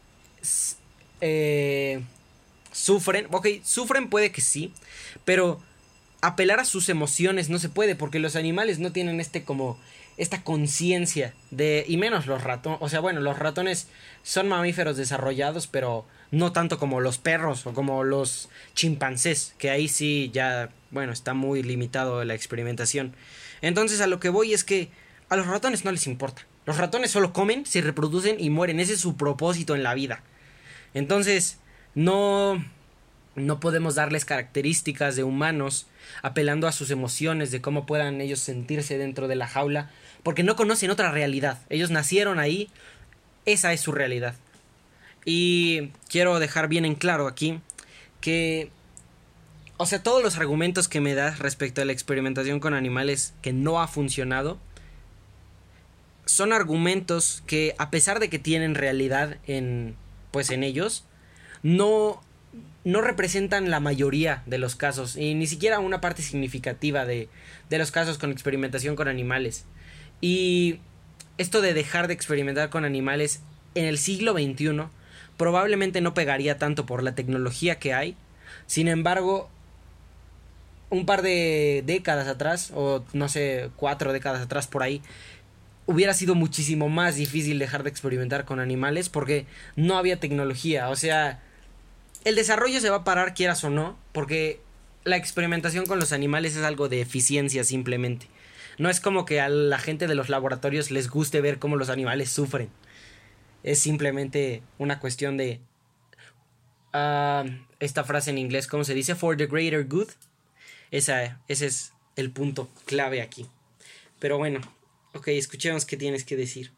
sufren, ok, sufren puede que sí, pero apelar a sus emociones no se puede porque los animales no tienen esta conciencia de, y menos los ratones, o sea, bueno, los ratones son mamíferos desarrollados, pero no tanto como los perros o como los chimpancés, que ahí sí ya, bueno, está muy limitado la experimentación. Entonces a lo que voy es que a los ratones no les importa. Los ratones solo comen, se reproducen y mueren. Ese es su propósito en la vida. Entonces no no podemos darles características de humanos, apelando a sus emociones, de cómo puedan ellos sentirse dentro de la jaula, porque no conocen otra realidad. Ellos nacieron ahí, esa es su realidad. Y quiero dejar bien en claro aquí que, o sea, todos los argumentos que me das respecto a la experimentación con animales que no ha funcionado, son argumentos que, a pesar de que tienen realidad en ellos, no representan la mayoría de los casos, y ni siquiera una parte significativa de los casos con experimentación con animales. Y esto de dejar de experimentar con animales en el siglo XXI probablemente no pegaría tanto por la tecnología que hay. Sin embargo, un par de décadas atrás, o no sé, 4 décadas atrás por ahí, hubiera sido muchísimo más difícil dejar de experimentar con animales porque no había tecnología. O sea, el desarrollo se va a parar quieras o no, porque la experimentación con los animales es algo de eficiencia simplemente. No es como que a la gente de los laboratorios les guste ver cómo los animales sufren. Es simplemente una cuestión de... esta frase en inglés, ¿cómo se dice? For the greater good. Ese es el punto clave aquí. Pero bueno, ok, escuchemos qué tienes que decir.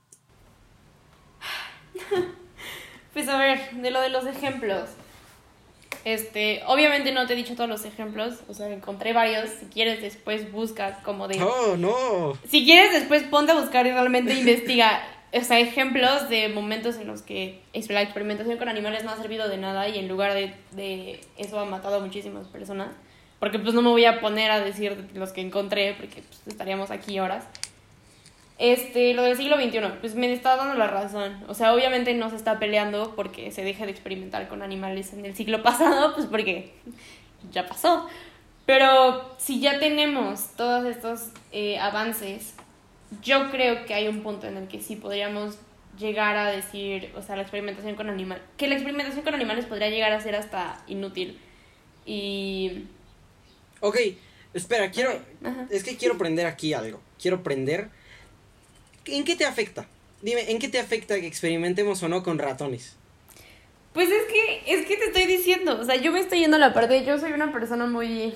Pues a ver, de lo de los ejemplos. Obviamente no te he dicho todos los ejemplos, o sea, encontré varios. Si quieres después busca como de... ¡Oh, no! Si quieres después ponte a buscar y realmente investiga, o sea, ejemplos de momentos en los que la experimentación con animales no ha servido de nada y en lugar de eso ha matado a muchísimas personas. Porque pues no me voy a poner a decir los que encontré porque pues, estaríamos aquí horas. Lo del siglo XXI, pues me está dando la razón. O sea, obviamente no se está peleando porque se deje de experimentar con animales en el siglo pasado, pues porque ya pasó. Pero si ya tenemos todos estos avances, yo creo que hay un punto en el que sí podríamos llegar a decir, o sea, la experimentación con animales, que la experimentación con animales podría llegar a ser hasta inútil. Y... Ok, espera, es que quiero prender aquí algo. Quiero prender... ¿En qué te afecta? Dime, ¿en qué te afecta que experimentemos o no con ratones? Pues es que te estoy diciendo, o sea, yo me estoy yendo a la parte, yo soy una persona muy...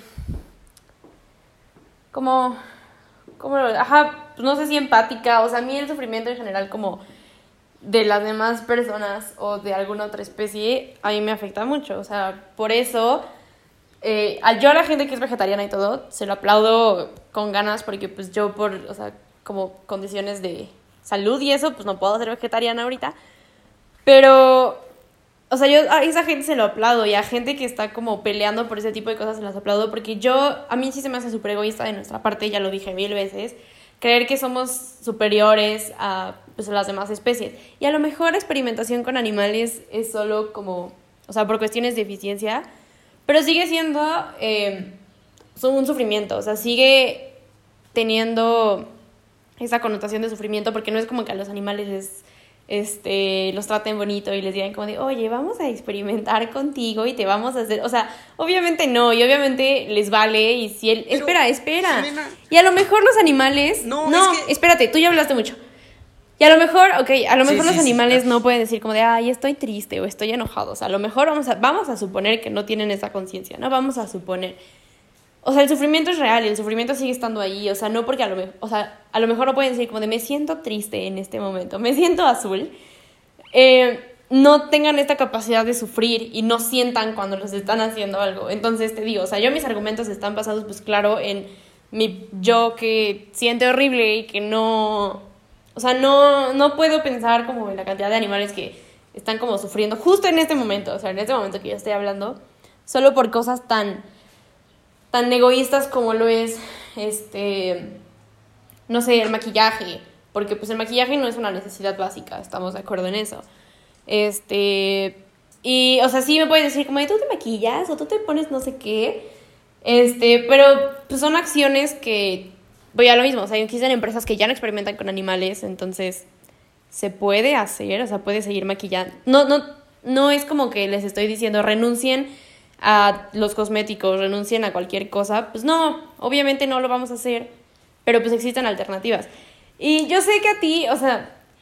pues no sé si empática, o sea, a mí el sufrimiento en general como de las demás personas o de alguna otra especie, a mí me afecta mucho, o sea, por eso... yo a la gente que es vegetariana y todo, se lo aplaudo con ganas porque pues yo o sea, como condiciones de salud y eso, pues no puedo ser vegetariana ahorita. Pero, o sea, yo a esa gente se lo aplaudo y a gente que está como peleando por ese tipo de cosas se las aplaudo porque a mí sí se me hace súper egoísta de nuestra parte, ya lo dije 1000 veces, creer que somos superiores a las demás especies. Y a lo mejor experimentación con animales es solo como, o sea, por cuestiones de eficiencia, pero sigue siendo un sufrimiento, o sea, sigue teniendo esa connotación de sufrimiento porque no es como que a los animales los traten bonito y les digan como de, oye, vamos a experimentar contigo y te vamos a hacer, o sea, obviamente no, y obviamente les vale y si él, pero, espera, Jimena, y a lo mejor los animales, no es que... espérate, tú ya hablaste mucho. Y a lo mejor, los animales no pueden decir como de, ay, estoy triste o estoy enojado. O sea, a lo mejor vamos a suponer que no tienen esa conciencia, ¿no? Vamos a suponer. O sea, el sufrimiento es real y el sufrimiento sigue estando ahí. O sea, no porque a lo mejor no pueden decir como de, me siento triste en este momento, me siento azul. No tengan esta capacidad de sufrir y no sientan cuando les están haciendo algo. Entonces, te digo, o sea, yo mis argumentos están basados, pues claro, en mi yo que siente horrible y que no... O sea, no puedo pensar como en la cantidad de animales que están como sufriendo justo en este momento, o sea, en este momento que yo estoy hablando, solo por cosas tan egoístas como lo es, no sé, el maquillaje, porque pues el maquillaje no es una necesidad básica, estamos de acuerdo en eso. Y, o sea, sí me puedes decir como, ¿tú te maquillas o tú te pones no sé qué? Pero pues son acciones que... Voy a lo mismo, o sea, existen empresas que ya no experimentan con animales, entonces se puede hacer, o sea, puede seguir maquillando. No es como que les estoy diciendo renuncien a los cosméticos, renuncien a cualquier cosa. Pues no, obviamente no lo vamos a hacer, pero pues existen alternativas. Y yo sé que a ti, o sea,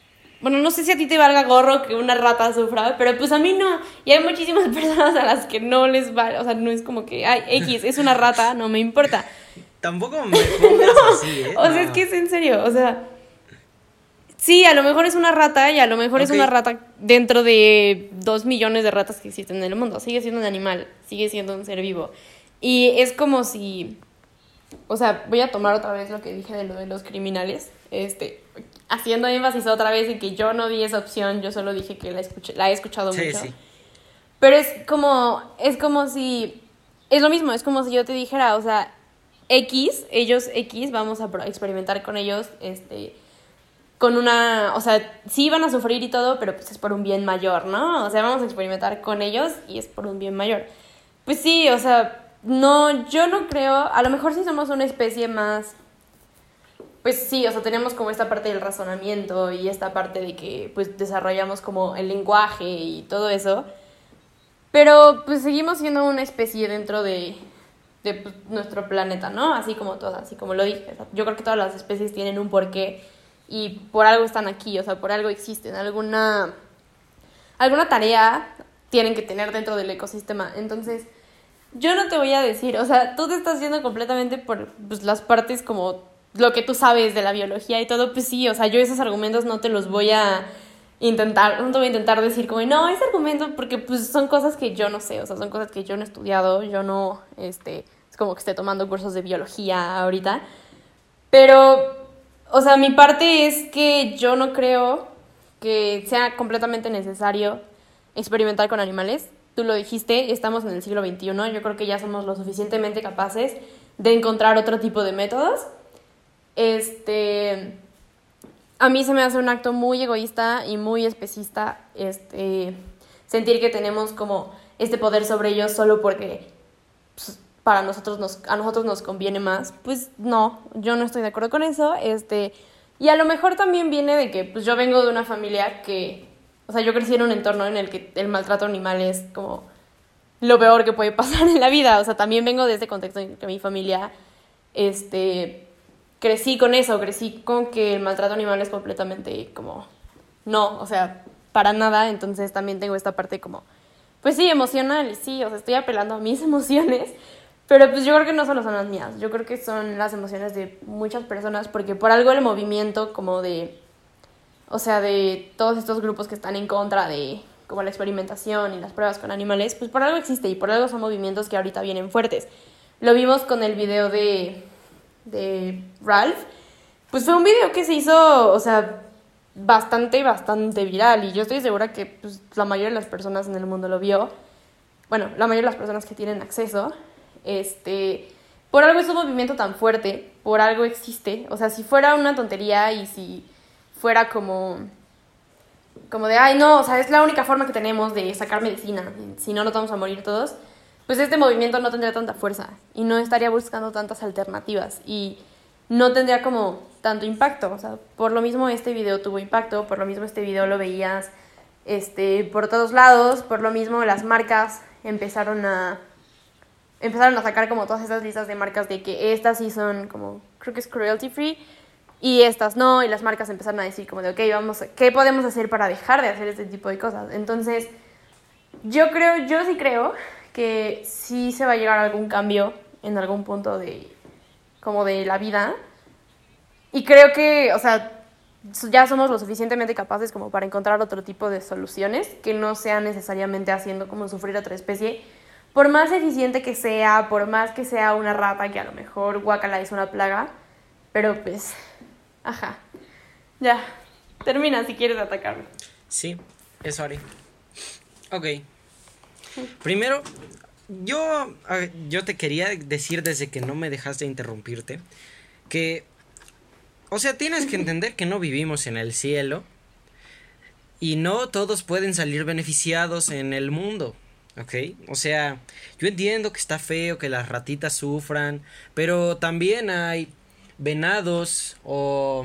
bueno, no sé si a ti te valga gorro que una rata sufra, pero pues a mí no. Y hay muchísimas personas a las que no les vale, o sea, no es como que, ay, X, es una rata, no me importa. Tampoco me pongas así, O sea, es que es en serio, o sea, sí, a lo mejor es una rata y a lo mejor es una rata dentro de 2 millones de ratas que existen en el mundo. Sigue siendo un animal, sigue siendo un ser vivo. Y es como si, o sea, voy a tomar otra vez lo que dije de lo de los criminales, haciendo énfasis otra vez en que yo no di esa opción, yo solo dije que la he escuchado mucho. Sí. Pero es como si, es lo mismo, es como si yo te dijera, o sea, ellos X, vamos a experimentar con ellos, con una, o sea, sí van a sufrir y todo, pero pues es por un bien mayor, ¿no? O sea, vamos a experimentar con ellos y es por un bien mayor. Pues sí, o sea, no, yo no creo, a lo mejor sí somos una especie más, pues sí, o sea, tenemos como esta parte del razonamiento y esta parte de que pues desarrollamos como el lenguaje y todo eso, pero pues seguimos siendo una especie dentro de pues, nuestro planeta, ¿no? Así como todas, así como lo dije. O sea, yo creo que todas las especies tienen un porqué y por algo están aquí, o sea, por algo existen, alguna tarea tienen que tener dentro del ecosistema. Entonces, yo no te voy a decir, o sea, tú te estás yendo completamente por pues, las partes como lo que tú sabes de la biología y todo, pues sí, o sea, yo esos argumentos no te los voy a intentar, no te voy a intentar decir como, no, ese argumento, porque pues son cosas que yo no sé, o sea, son cosas que yo no he estudiado, yo no, es como que esté tomando cursos de biología ahorita, pero, o sea, mi parte es que yo no creo que sea completamente necesario experimentar con animales. Tú lo dijiste, estamos en el siglo XXI, yo creo que ya somos lo suficientemente capaces de encontrar otro tipo de métodos. A mí se me hace un acto muy egoísta y muy especista, sentir que tenemos como este poder sobre ellos solo porque pues, a nosotros nos conviene más. Pues no, yo no estoy de acuerdo con eso, y a lo mejor también viene de que pues yo vengo de una familia que, o sea, yo crecí en un entorno en el que el maltrato animal es como lo peor que puede pasar en la vida, o sea, también vengo de este contexto en que mi familia, crecí con eso, crecí con que el maltrato animal es completamente como, no, o sea, para nada, entonces también tengo esta parte como, pues sí, emocional, sí, o sea, estoy apelando a mis emociones, pero pues yo creo que no solo son las mías, yo creo que son las emociones de muchas personas, porque por algo el movimiento como de, o sea, de todos estos grupos que están en contra de como la experimentación y las pruebas con animales, pues por algo existe y por algo son movimientos que ahorita vienen fuertes. Lo vimos con el video de Ralph, pues fue un video que se hizo, o sea, bastante viral y yo estoy segura que pues, la mayoría de las personas en el mundo lo vio, bueno, la mayoría de las personas que tienen acceso, por algo es un movimiento tan fuerte, por algo existe, o sea, si fuera una tontería y si fuera como de, ay no, o sea, es la única forma que tenemos de sacar medicina, si no nos vamos a morir todos, pues este movimiento no tendría tanta fuerza y no estaría buscando tantas alternativas y no tendría como tanto impacto, o sea, por lo mismo este video tuvo impacto, por lo mismo este video lo veías por todos lados, por lo mismo las marcas empezaron a sacar como todas esas listas de marcas de que estas sí son como, creo que es cruelty free y estas no, y las marcas empezaron a decir como de, ok, ¿qué podemos hacer para dejar de hacer este tipo de cosas? Entonces, yo sí creo que sí se va a llegar a algún cambio en algún punto de la vida. Y creo que, o sea, ya somos lo suficientemente capaces como para encontrar otro tipo de soluciones que no sean necesariamente haciendo como sufrir a otra especie. Por más eficiente que sea, por más que sea una rata que a lo mejor guacala es una plaga, pero pues, ajá, ya, termina si quieres atacarme. Sí, eso haré. Ok. Primero, yo te quería decir desde que no me dejaste interrumpirte que, o sea, tienes que entender que no vivimos en el cielo y no todos pueden salir beneficiados en el mundo, ¿ok? O sea, yo entiendo que está feo que las ratitas sufran, pero también hay venados o...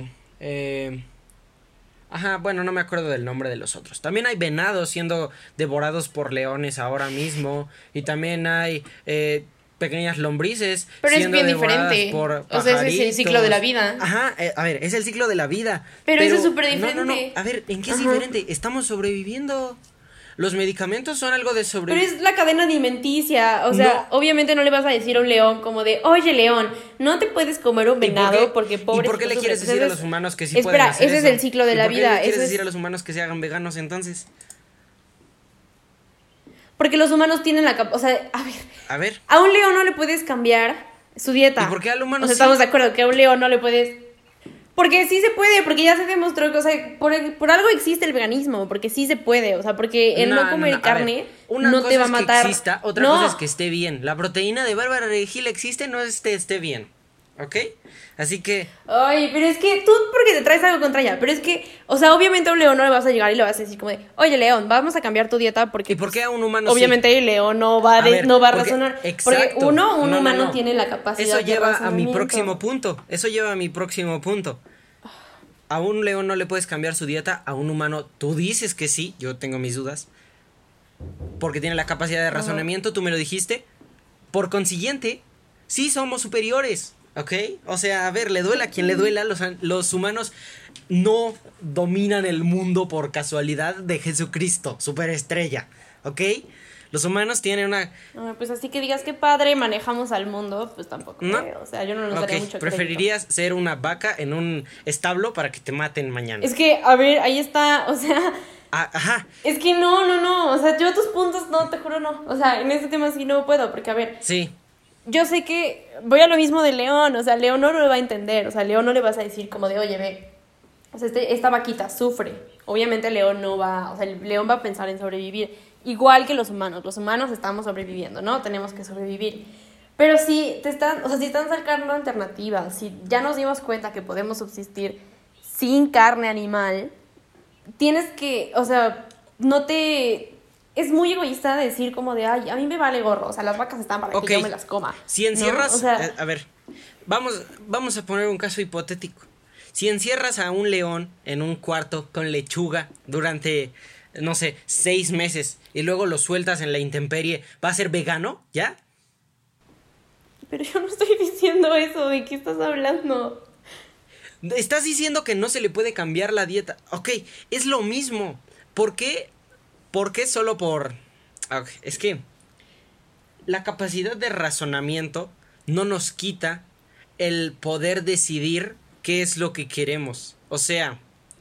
bueno, no me acuerdo del nombre de los otros. También hay venados siendo devorados por leones ahora mismo. Y también hay pequeñas lombrices pero es siendo bien devoradas diferente. por O sea, ese es el pajaritos. ciclo de la vida. Ajá, a ver, es el ciclo de la vida. Pero eso es súper No, diferente. a ver, ¿en qué es Ajá. diferente? Estamos sobreviviendo. Los medicamentos son algo de Pero sobrevivir. es la cadena alimenticia, o sea, obviamente no le vas a decir a un león como de, oye león, no te puedes comer un venado porque pobre. ¿Y por qué le quieres decir a los humanos que sí espera, pueden hacer ese eso? es el ciclo de la ¿Y por qué vida. le quieres ese es- decir a los humanos que se hagan veganos entonces? Porque los humanos tienen la capacidad, o sea, A ver, a un león no le puedes cambiar su dieta. ¿y por qué al humano O sea, sí? estamos de acuerdo que a un león no le puedes. Porque sí se puede, porque ya se demostró que, o sea, por algo existe el veganismo, porque sí se puede, o sea, porque el no comer a ver, carne una no cosa te va a es matar. que exista, otra No. cosa es que esté bien. La proteína de Bárbara Regil existe, no esté bien. ¿Ok? Así que, Ay, pero es que tú porque te traes algo contra ella, pero es que, o sea, obviamente a un león no le vas a llegar y le vas a decir como de, oye león, vamos a cambiar tu dieta porque ¿y por qué a un humano obviamente el león no va A ver, no va a porque- razonar, exacto. porque un No, humano no. tiene la capacidad Eso de lleva a mi razonamiento. próximo punto. Eso lleva a mi próximo punto. A un león no le puedes cambiar su dieta, a un humano tú dices que sí, yo tengo mis dudas. Porque tiene la capacidad de razonamiento, tú me lo dijiste. Por consiguiente, sí somos superiores, ¿ok? O sea, a ver, le duela a quien le duela, los humanos no dominan el mundo por casualidad de Jesucristo, superestrella, ¿ok? Los humanos tienen una... Ah, pues así que digas que padre manejamos al mundo, pues tampoco No. creo, o sea, yo no nos Ok, daría mucho crédito. preferirías ser una vaca en un establo para que te maten mañana. Es que, a ver, ahí está, o sea, Ah, ajá, es que no, o sea, yo tus puntos no, te juro no, o sea, en este tema sí no puedo, porque a ver, sí. yo sé que voy a lo mismo de León, o sea, León no lo va a entender, o sea, León no le vas a decir como de, oye, ve, o sea, esta vaquita sufre, obviamente León no va, o sea, el León va a pensar en sobrevivir, igual que los humanos estamos sobreviviendo, ¿no? Tenemos que sobrevivir, pero si si están sacando alternativas, si ya nos dimos cuenta que podemos subsistir sin carne animal, tienes que, o sea, es muy egoísta decir como de, ay, a mí me vale gorro, o sea, las vacas están para Ok. que yo me las coma. Si encierras, ¿no? O sea, a ver, vamos a poner un caso hipotético. Si encierras a un león en un cuarto con lechuga durante, no sé, 6 meses y luego lo sueltas en la intemperie, ¿va a ser vegano? ¿Ya? pero yo no estoy diciendo eso, ¿de qué estás hablando? Estás diciendo que no se le puede cambiar la dieta. Ok, es lo mismo. ¿Por qué? ¿Por qué solo por...? Ok, es que la capacidad de razonamiento no nos quita el poder decidir qué es lo que queremos. O sea,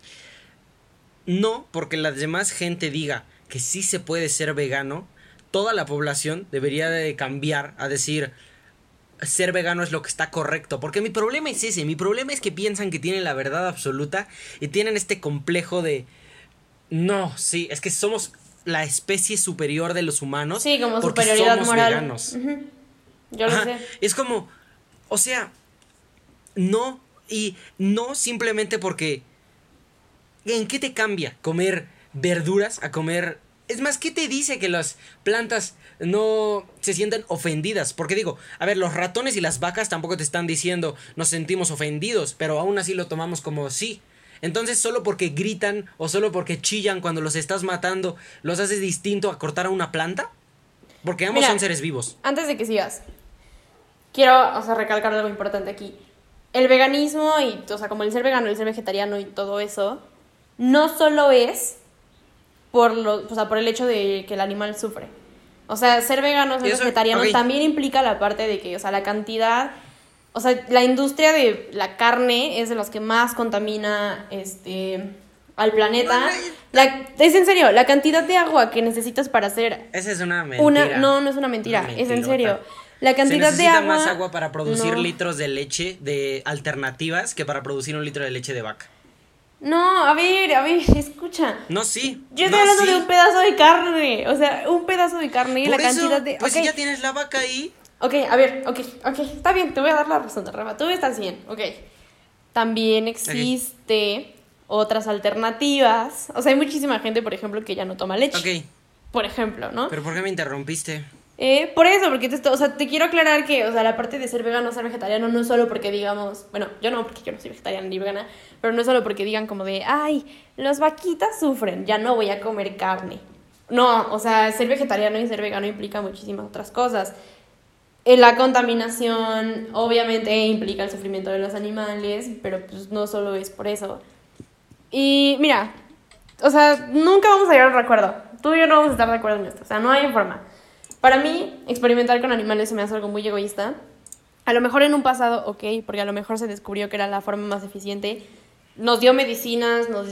no porque la demás gente diga que sí se puede ser vegano, toda la población debería de cambiar a decir... ser vegano es lo que está correcto. Porque mi problema es ese. Mi problema es que piensan que tienen la verdad absoluta. Y tienen este complejo de... No, sí, es que somos la especie superior de los humanos. Sí, como porque superioridad somos moral. veganos. Ujú. Yo lo Ajá, sé. es como... O sea... No. Y no simplemente porque... ¿En qué te cambia comer verduras a comer... Es más, ¿qué te dice que las plantas no se sienten ofendidas? Porque digo, a ver, los ratones y las vacas tampoco te están diciendo nos sentimos ofendidos, pero aún así lo tomamos como sí. Entonces, solo porque gritan o solo porque chillan cuando los estás matando, ¿los haces distinto a cortar a una planta? Porque ambos Mira, son seres vivos. Antes de que sigas, quiero, o sea, recalcar algo importante aquí. El veganismo y, o sea, como el ser vegano, el ser vegetariano y todo eso, no solo es por el hecho de que el animal sufre. O sea, ser vegano, ser Eso, vegetariano ok. también implica la parte de que, o sea, la cantidad, o sea, la industria de la carne es de las que más contamina al planeta. Es en serio, la cantidad de agua que necesitas para hacer Esa es una mentira. no es una mentira, Una es en mentirota. serio. La cantidad se de necesita agua más agua para producir no. litros de leche de alternativas que para producir un litro de leche de vaca. No, a ver, escucha. No, sí. Yo estoy no, hablando sí. de un pedazo de carne, o sea, un pedazo de carne y Por la eso, cantidad de... pues ok, si ya tienes la vaca ahí. ok, a ver, ok, está bien, te voy a dar la razón, Rafa, tú estás bien, ok. También existe otras alternativas, o sea, hay muchísima gente, por ejemplo, que ya no toma leche. Ok, Por ejemplo, ¿no? pero ¿por qué me interrumpiste? Por eso, porque te quiero aclarar que, o sea, la parte de ser vegano o ser vegetariano no es solo porque digamos, bueno, yo no, porque yo no soy vegetariana ni vegana, pero no es solo porque digan como de, ay, las vaquitas sufren, ya no voy a comer carne. No, o sea, ser vegetariano y ser vegano implica muchísimas otras cosas. La contaminación obviamente implica el sufrimiento de los animales, pero pues no solo es por eso. Y mira, o sea, nunca vamos a llegar a un acuerdo. Tú y yo no vamos a estar de acuerdo en esto, o sea, no hay forma. Para mí, experimentar con animales se me hace algo muy egoísta. A lo mejor en un pasado, ok, porque a lo mejor se descubrió que era la forma más eficiente. Nos dio medicinas, nos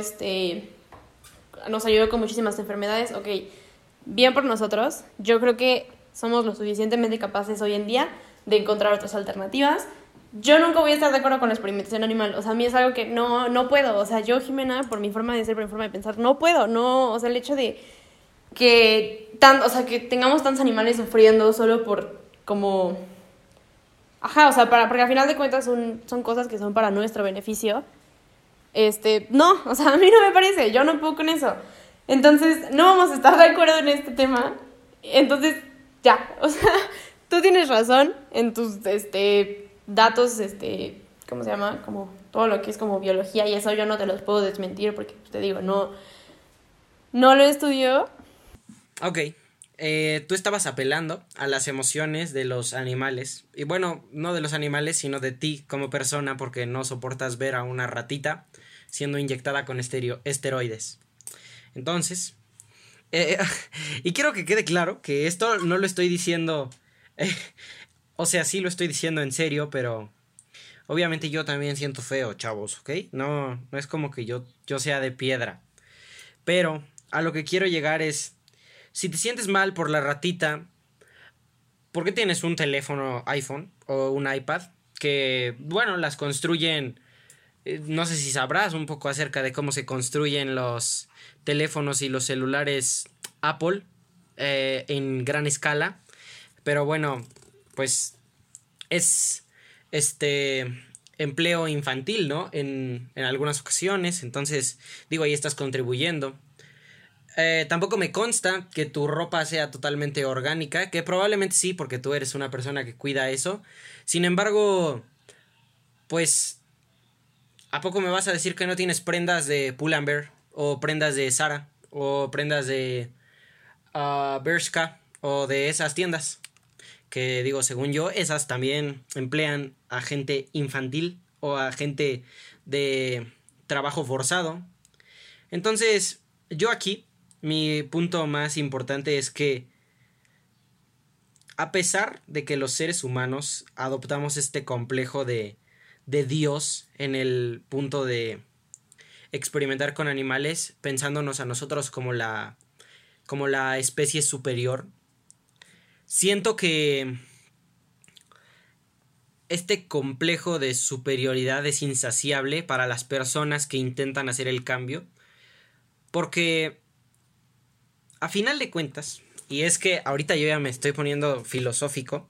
ayudó con muchísimas enfermedades, ok. Bien por nosotros. Yo creo que somos lo suficientemente capaces hoy en día de encontrar otras alternativas. Yo nunca voy a estar de acuerdo con la experimentación animal. O sea, a mí es algo que no puedo. O sea, yo, Jimena, por mi forma de ser, por mi forma de pensar, no puedo. No, o sea, el hecho de que tengamos tantos animales sufriendo solo por como... Ajá, o sea, porque al final de cuentas son cosas que son para nuestro beneficio. No, o sea, a mí no me parece, yo no puedo con eso. Entonces, no vamos a estar de acuerdo en este tema. Entonces, ya, o sea, tú tienes razón en tus, datos, ¿cómo se llama? Como todo lo que es como biología y eso yo no te los puedo desmentir porque, te digo, no lo estudio. Ok. Tú estabas apelando a las emociones de los animales. Y bueno, no de los animales, sino de ti como persona, porque no soportas ver a una ratita siendo inyectada con esteroides. Entonces, y quiero que quede claro que esto no lo estoy diciendo, o sea, sí lo estoy diciendo en serio, pero obviamente yo también siento feo, chavos, ¿ok? No es como que yo sea de piedra. Pero a lo que quiero llegar es... Si te sientes mal por la ratita, ¿por qué tienes un teléfono iPhone o un iPad? Que, bueno, las construyen... no sé si sabrás un poco acerca de cómo se construyen los teléfonos y los celulares Apple en gran escala. Pero bueno, pues es empleo infantil, ¿no? En algunas ocasiones. Entonces, digo, ahí estás contribuyendo. Tampoco me consta que tu ropa sea totalmente orgánica, que probablemente sí, porque tú eres una persona que cuida eso. Sin embargo, pues, ¿a poco me vas a decir que no tienes prendas de Pull&Bear o prendas de Zara o prendas de Bershka o de esas tiendas? Que digo, según yo, esas también emplean a gente infantil o a gente de trabajo forzado. Entonces, yo aquí... Mi punto más importante es que a pesar de que los seres humanos adoptamos este complejo de Dios en el punto de experimentar con animales, pensándonos a nosotros como la especie superior, siento que este complejo de superioridad es insaciable para las personas que intentan hacer el cambio, porque... A final de cuentas, y es que ahorita yo ya me estoy poniendo filosófico,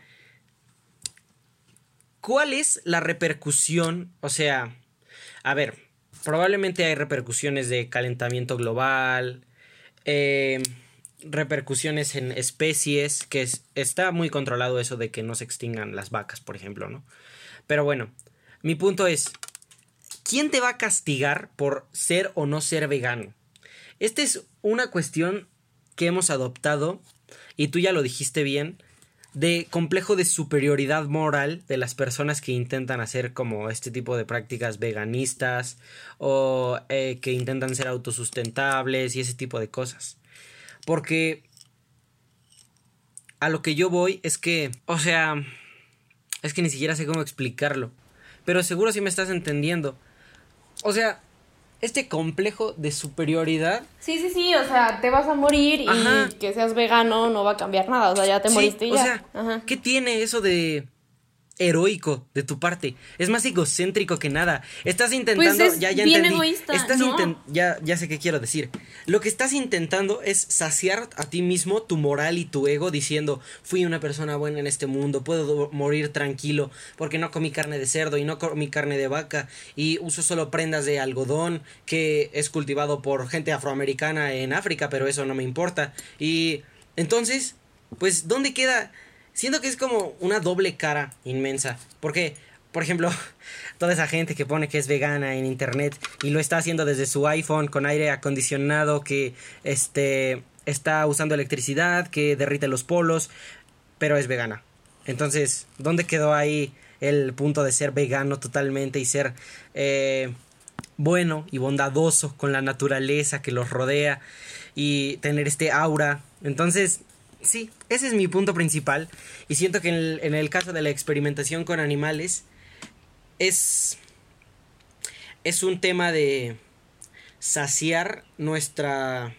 ¿cuál es la repercusión? O sea, a ver, probablemente hay repercusiones de calentamiento global, repercusiones en especies, que está muy controlado eso de que no se extingan las vacas, por ejemplo, ¿no? Pero bueno, mi punto es, ¿quién te va a castigar por ser o no ser vegano? Esta es una cuestión que hemos adoptado, y tú ya lo dijiste bien, de complejo de superioridad moral de las personas que intentan hacer como este tipo de prácticas veganistas o que intentan ser autosustentables y ese tipo de cosas. Porque a lo que yo voy es que, o sea, es que ni siquiera sé cómo explicarlo, pero seguro sí me estás entendiendo. O sea... Este complejo de superioridad. Sí, o sea, te vas a morir. Ajá. Y que seas vegano no va a cambiar nada, o sea, ya te moriste y ya. O sea, ajá. ¿Qué tiene eso de heroico de tu parte? Es más egocéntrico que nada. Estás intentando, pues es ya bien entendí. Egoísta, Estás ¿no? ya sé qué quiero decir. Lo que estás intentando es saciar a ti mismo tu moral y tu ego diciendo, fui una persona buena en este mundo, puedo morir tranquilo porque no comí carne de cerdo y no comí carne de vaca y uso solo prendas de algodón que es cultivado por gente afroamericana en África, pero eso no me importa. Y entonces, pues, ¿dónde queda? Siento que es como una doble cara inmensa. Porque, por ejemplo, toda esa gente que pone que es vegana en internet y lo está haciendo desde su iPhone con aire acondicionado que está usando electricidad, que derrite los polos, pero es vegana. Entonces, ¿dónde quedó ahí el punto de ser vegano totalmente y ser bueno y bondadoso con la naturaleza que los rodea y tener este aura? Entonces, sí, ese es mi punto principal. Y siento que en el caso de la experimentación con animales es un tema de saciar nuestra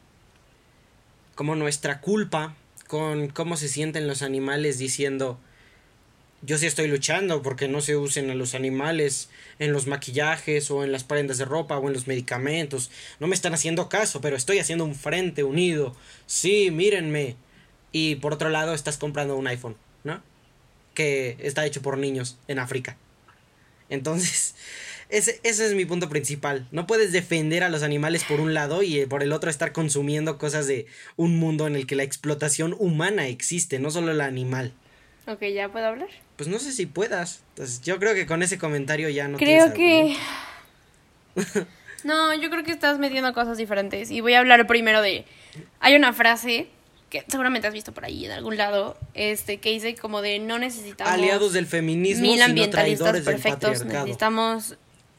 culpa con cómo se sienten los animales, diciendo: yo sí estoy luchando porque no se usen a los animales en los maquillajes o en las prendas de ropa o en los medicamentos. No me están haciendo caso, pero estoy haciendo un frente unido. Sí, mírenme. Y por otro lado estás comprando un iPhone, ¿no? Que está hecho por niños en África. Entonces, ese es mi punto principal. No puedes defender a los animales por un lado y por el otro estar consumiendo cosas de un mundo en el que la explotación humana existe, no solo la animal. Ok, ¿ya puedo hablar? Pues no sé si puedas. Entonces, yo creo que con ese comentario ya no Creo tienes que... No, yo creo que estás metiendo cosas diferentes. Y voy a hablar primero de... Hay una frase que seguramente has visto por ahí en algún lado, que dice como de: no necesitamos aliados del feminismo, 1000 sino ambientalistas traidores del perfectos, patriarcado. necesitamos...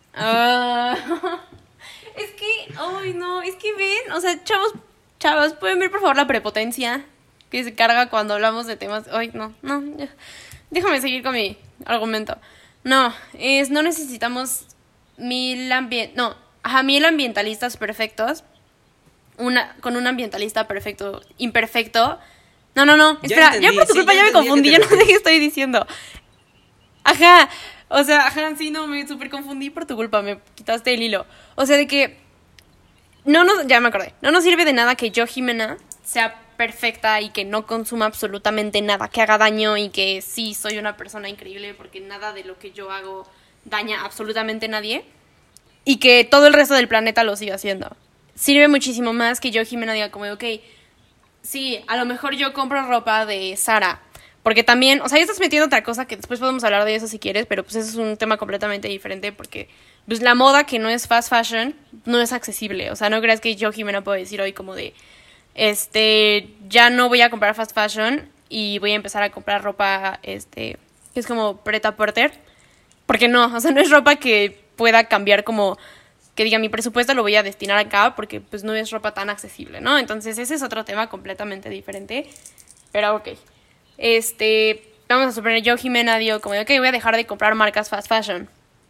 Es que, ay no, es que ven, o sea, chavos, ¿pueden ver por favor la prepotencia que se carga cuando hablamos de temas? Ay, no, ya. Déjame seguir con mi argumento. No necesitamos 1000 ambientalistas perfectos. Con un ambientalista perfecto, imperfecto. No, espera, ya por tu culpa ya me confundí, ya no sé qué estoy diciendo. Ajá, sí, no, me súper confundí por tu culpa, me quitaste el hilo. O sea, de que, ya me acordé, no nos sirve de nada que yo, Jimena, sea perfecta y que no consuma absolutamente nada que haga daño y que sí soy una persona increíble porque nada de lo que yo hago daña absolutamente a nadie y que todo el resto del planeta lo siga haciendo. Sirve muchísimo más que yo, Jimena, diga como, ok, sí, a lo mejor yo compro ropa de Zara, porque también, o sea, ya estás metiendo otra cosa que después podemos hablar de eso si quieres, pero pues eso es un tema completamente diferente porque pues la moda que no es fast fashion no es accesible. O sea, no creas que yo, Jimena, puedo decir hoy como de, ya no voy a comprar fast fashion y voy a empezar a comprar ropa, que es como prêt-à-porter, porque no, o sea, no es ropa que pueda cambiar como que diga mi presupuesto lo voy a destinar acá porque pues no es ropa tan accesible, ¿no? Entonces ese es otro tema completamente diferente, pero ok. Vamos a suponer yo, Jimena, digo como de, ok, voy a dejar de comprar marcas fast fashion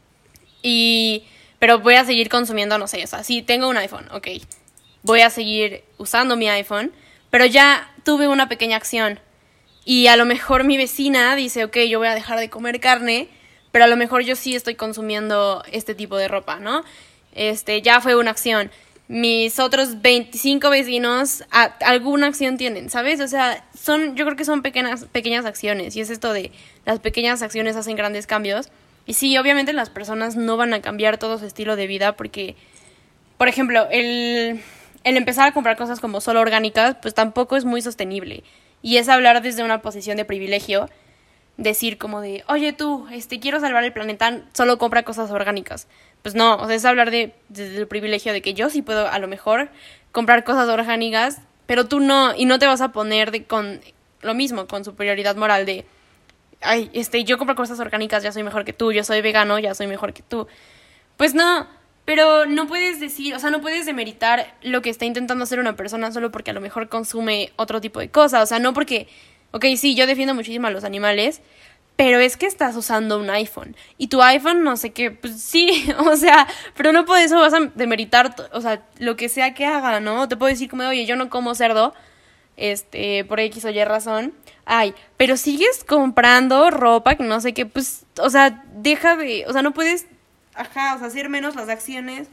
pero voy a seguir consumiendo, no sé, o sea, sí, tengo un iPhone, ok, voy a seguir usando mi iPhone, pero ya tuve una pequeña acción y a lo mejor mi vecina dice, ok, yo voy a dejar de comer carne, pero a lo mejor yo sí estoy consumiendo este tipo de ropa, ¿no? Ya fue una acción. Mis otros 25 vecinos alguna acción tienen, ¿sabes? O sea, yo creo que son pequeñas acciones. Y es esto de las pequeñas acciones hacen grandes cambios. Y sí, obviamente las personas no van a cambiar todo su estilo de vida porque, por ejemplo, el empezar a comprar cosas como solo orgánicas, pues tampoco es muy sostenible. Y es hablar desde una posición de privilegio, decir como de, oye tú, quiero salvar el planeta, solo compra cosas orgánicas. Pues no, o sea, es hablar desde el privilegio de que yo sí puedo a lo mejor comprar cosas orgánicas, pero tú no, y no te vas a poner con lo mismo, con superioridad moral de, ay, yo compro cosas orgánicas, ya soy mejor que tú, yo soy vegano, ya soy mejor que tú. Pues no, pero no puedes decir, o sea, no puedes demeritar lo que está intentando hacer una persona solo porque a lo mejor consume otro tipo de cosas, o sea, no porque, ok, sí, yo defiendo muchísimo a los animales, pero es que estás usando un iPhone. Y tu iPhone, no sé qué, pues sí, o sea, pero no por eso vas a demeritar, o sea, lo que sea que haga, ¿no? Te puedo decir como, oye, yo no como cerdo, por X o Y razón. Ay, pero sigues comprando ropa que no sé qué, pues, o sea, o sea, no puedes, o sea, hacer menos las acciones.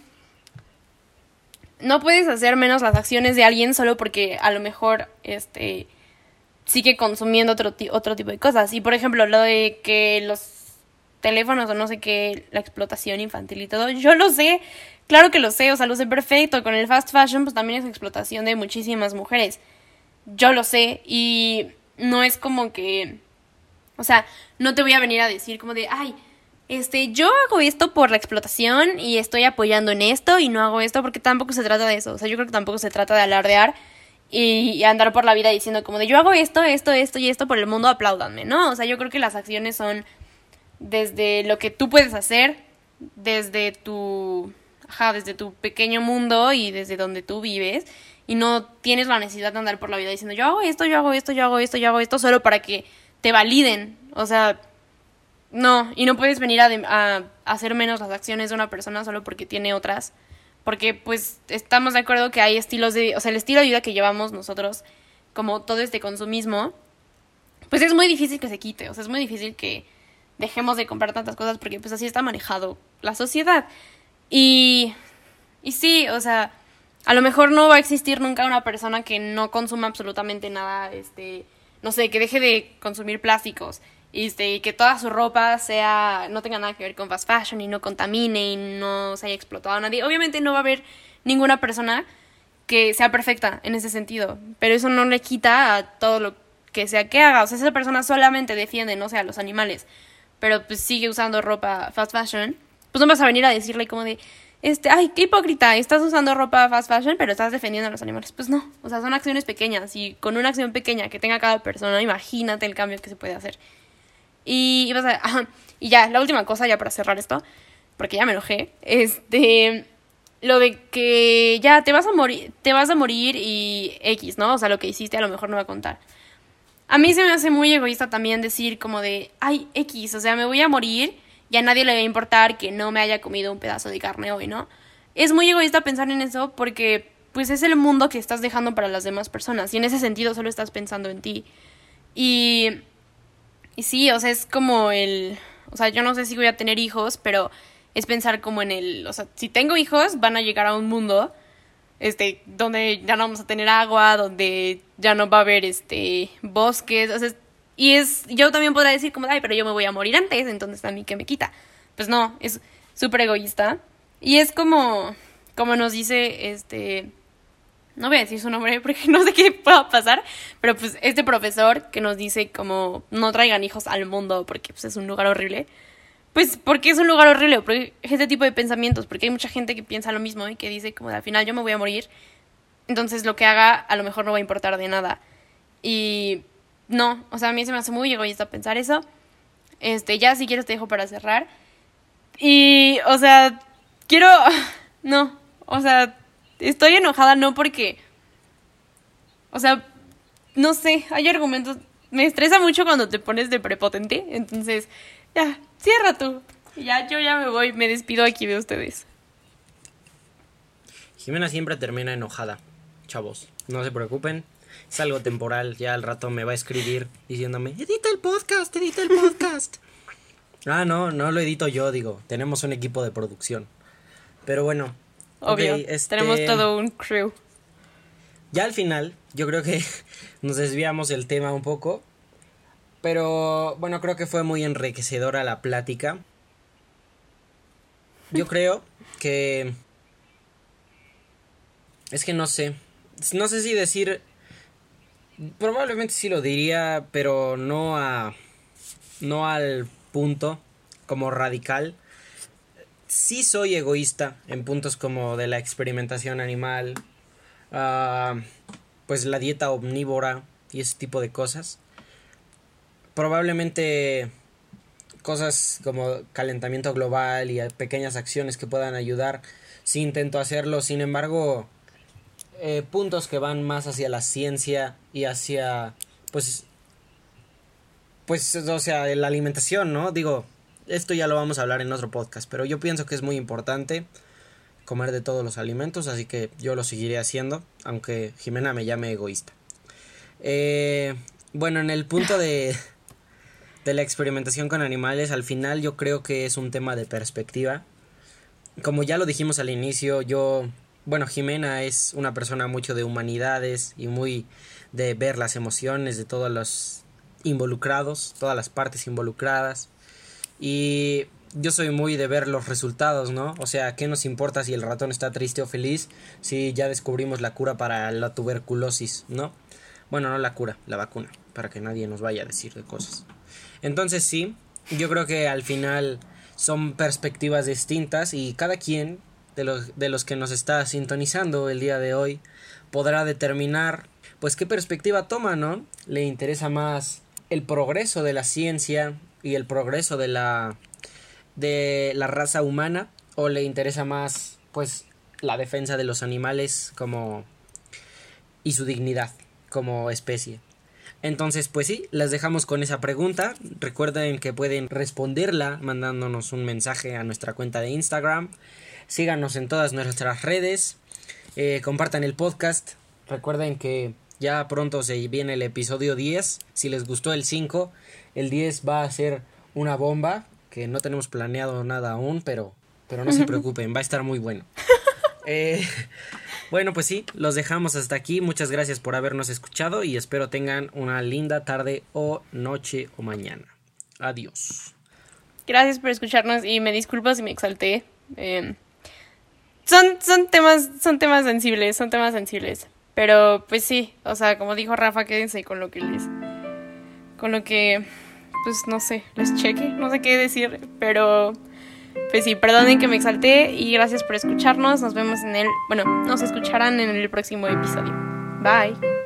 No puedes hacer menos las acciones de alguien solo porque a lo mejor, sigue consumiendo otro tipo de cosas. Y por ejemplo, lo de que los teléfonos o no sé qué, la explotación infantil y todo, yo lo sé, claro que lo sé, o sea, lo sé perfecto. Con el fast fashion pues también es explotación de muchísimas mujeres, yo lo sé. Y no es como que, o sea, no te voy a venir a decir como de, ay, yo hago esto por la explotación y estoy apoyando en esto y no hago esto, porque tampoco se trata de eso. O sea, yo creo que tampoco se trata de alardear y andar por la vida diciendo como de yo hago esto, esto, esto y esto por el mundo, apláudanme, ¿no? O sea, yo creo que las acciones son desde lo que tú puedes hacer, desde desde tu pequeño mundo y desde donde tú vives, y no tienes la necesidad de andar por la vida diciendo yo hago esto, yo hago esto, yo hago esto, yo hago esto, solo para que te validen. O sea, no, y no puedes venir a hacer menos las acciones de una persona solo porque tiene otras, porque pues estamos de acuerdo que hay estilos de, o sea, el estilo de vida que llevamos nosotros, como todo este consumismo, pues es muy difícil que se quite, o sea, es muy difícil que dejemos de comprar tantas cosas porque pues así está manejado la sociedad. Y sí, o sea, a lo mejor no va a existir nunca una persona que no consuma absolutamente nada, no sé, que deje de consumir plásticos, y que toda su ropa no tenga nada que ver con fast fashion y no contamine y no se haya explotado a nadie. Obviamente no va a haber ninguna persona que sea perfecta en ese sentido, pero eso no le quita a todo lo que sea que haga. O sea, esa persona solamente defiende, no sé, a los animales, pero pues sigue usando ropa fast fashion, pues no vas a venir a decirle como de, ay, qué hipócrita, estás usando ropa fast fashion, pero estás defendiendo a los animales. Pues no, o sea, son acciones pequeñas, y con una acción pequeña que tenga cada persona, imagínate el cambio que se puede hacer. Y ya, la última cosa, ya para cerrar esto, porque ya me enojé, lo de que ya te vas a morir y X, ¿no? O sea, lo que hiciste a lo mejor no va a contar. A mí se me hace muy egoísta también decir como de, ay, X, o sea, me voy a morir y a nadie le va a importar que no me haya comido un pedazo de carne hoy, ¿no? Es muy egoísta pensar en eso porque, pues, es el mundo que estás dejando para las demás personas, y en ese sentido solo estás pensando en ti. Y sí, o sea, es como o sea, yo no sé si voy a tener hijos, pero es pensar como o sea, si tengo hijos, van a llegar a un mundo, donde ya no vamos a tener agua, donde ya no va a haber, bosques, o sea, yo también podría decir como, ay, pero yo me voy a morir antes, entonces a mí qué me quita. Pues no, es súper egoísta, y es como nos dice, no voy a decir su nombre porque no sé qué pueda pasar, pero pues este profesor que nos dice como no traigan hijos al mundo porque pues es un lugar horrible. Pues porque es un lugar horrible, porque este tipo de pensamientos, porque hay mucha gente que piensa lo mismo y que dice como de, al final yo me voy a morir, entonces lo que haga a lo mejor no va a importar de nada. Y no, o sea, a mí se me hace muy egoísta pensar eso. Ya si quieres te dejo para cerrar. Y, o sea, no, o sea, estoy enojada no porque, o sea, no sé, hay argumentos, me estresa mucho cuando te pones de prepotente, entonces, ya, cierra tú, yo ya me voy, me despido aquí de ustedes. Jimena siempre termina enojada, chavos, no se preocupen, es algo temporal, ya al rato me va a escribir diciéndome, edita el podcast. No lo edito yo, digo, tenemos un equipo de producción, pero bueno. Obvio, Okay, tenemos todo un crew. Ya al final, yo creo que nos desviamos del tema un poco, pero bueno, creo que fue muy enriquecedora la plática. Yo creo que es que no sé si decir, probablemente sí lo diría, pero no al punto como radical. Sí soy egoísta en puntos como de la experimentación animal, pues la dieta omnívora y ese tipo de cosas. Probablemente cosas como calentamiento global y pequeñas acciones que puedan ayudar, sí intento hacerlo. Sin embargo, puntos que van más hacia la ciencia y hacia pues o sea, la alimentación, ¿no? Digo, esto ya lo vamos a hablar en otro podcast, pero yo pienso que es muy importante comer de todos los alimentos, así que yo lo seguiré haciendo, aunque Jimena me llame egoísta. Bueno, en el punto de la experimentación con animales, al final yo creo que es un tema de perspectiva. Como ya lo dijimos al inicio, Jimena es una persona mucho de humanidades y muy de ver las emociones de todos los involucrados, todas las partes involucradas. Y yo soy muy de ver los resultados, ¿no? O sea, ¿qué nos importa si el ratón está triste o feliz si ya descubrimos la cura para la tuberculosis, ¿no? Bueno, no la cura, la vacuna, para que nadie nos vaya a decir de cosas. Entonces sí, yo creo que al final son perspectivas distintas y cada quien de los que nos está sintonizando el día de hoy podrá determinar pues qué perspectiva toma, ¿no? ¿Le interesa más el progreso de la ciencia y el progreso de la raza humana, o le interesa más pues la defensa de los animales como y su dignidad como especie? Entonces, pues sí, las dejamos con esa pregunta. Recuerden que pueden responderla mandándonos un mensaje a nuestra cuenta de Instagram. Síganos en todas nuestras redes. Compartan el podcast. Recuerden que ya pronto se viene el episodio 10. Si les gustó el 5, el 10 va a ser una bomba, que no tenemos planeado nada aún, pero no se preocupen, va a estar muy bueno. Bueno, pues sí, los dejamos hasta aquí. Muchas gracias por habernos escuchado y espero tengan una linda tarde o noche o mañana. Adiós. Gracias por escucharnos y me disculpo si me exalté. Son temas sensibles. Pero pues sí, o sea, como dijo Rafa, quédense con lo que pues no sé, les cheque, no sé qué decir, pero pues sí, perdonen que me exalté y gracias por escucharnos. Nos escucharán en el próximo episodio. Bye.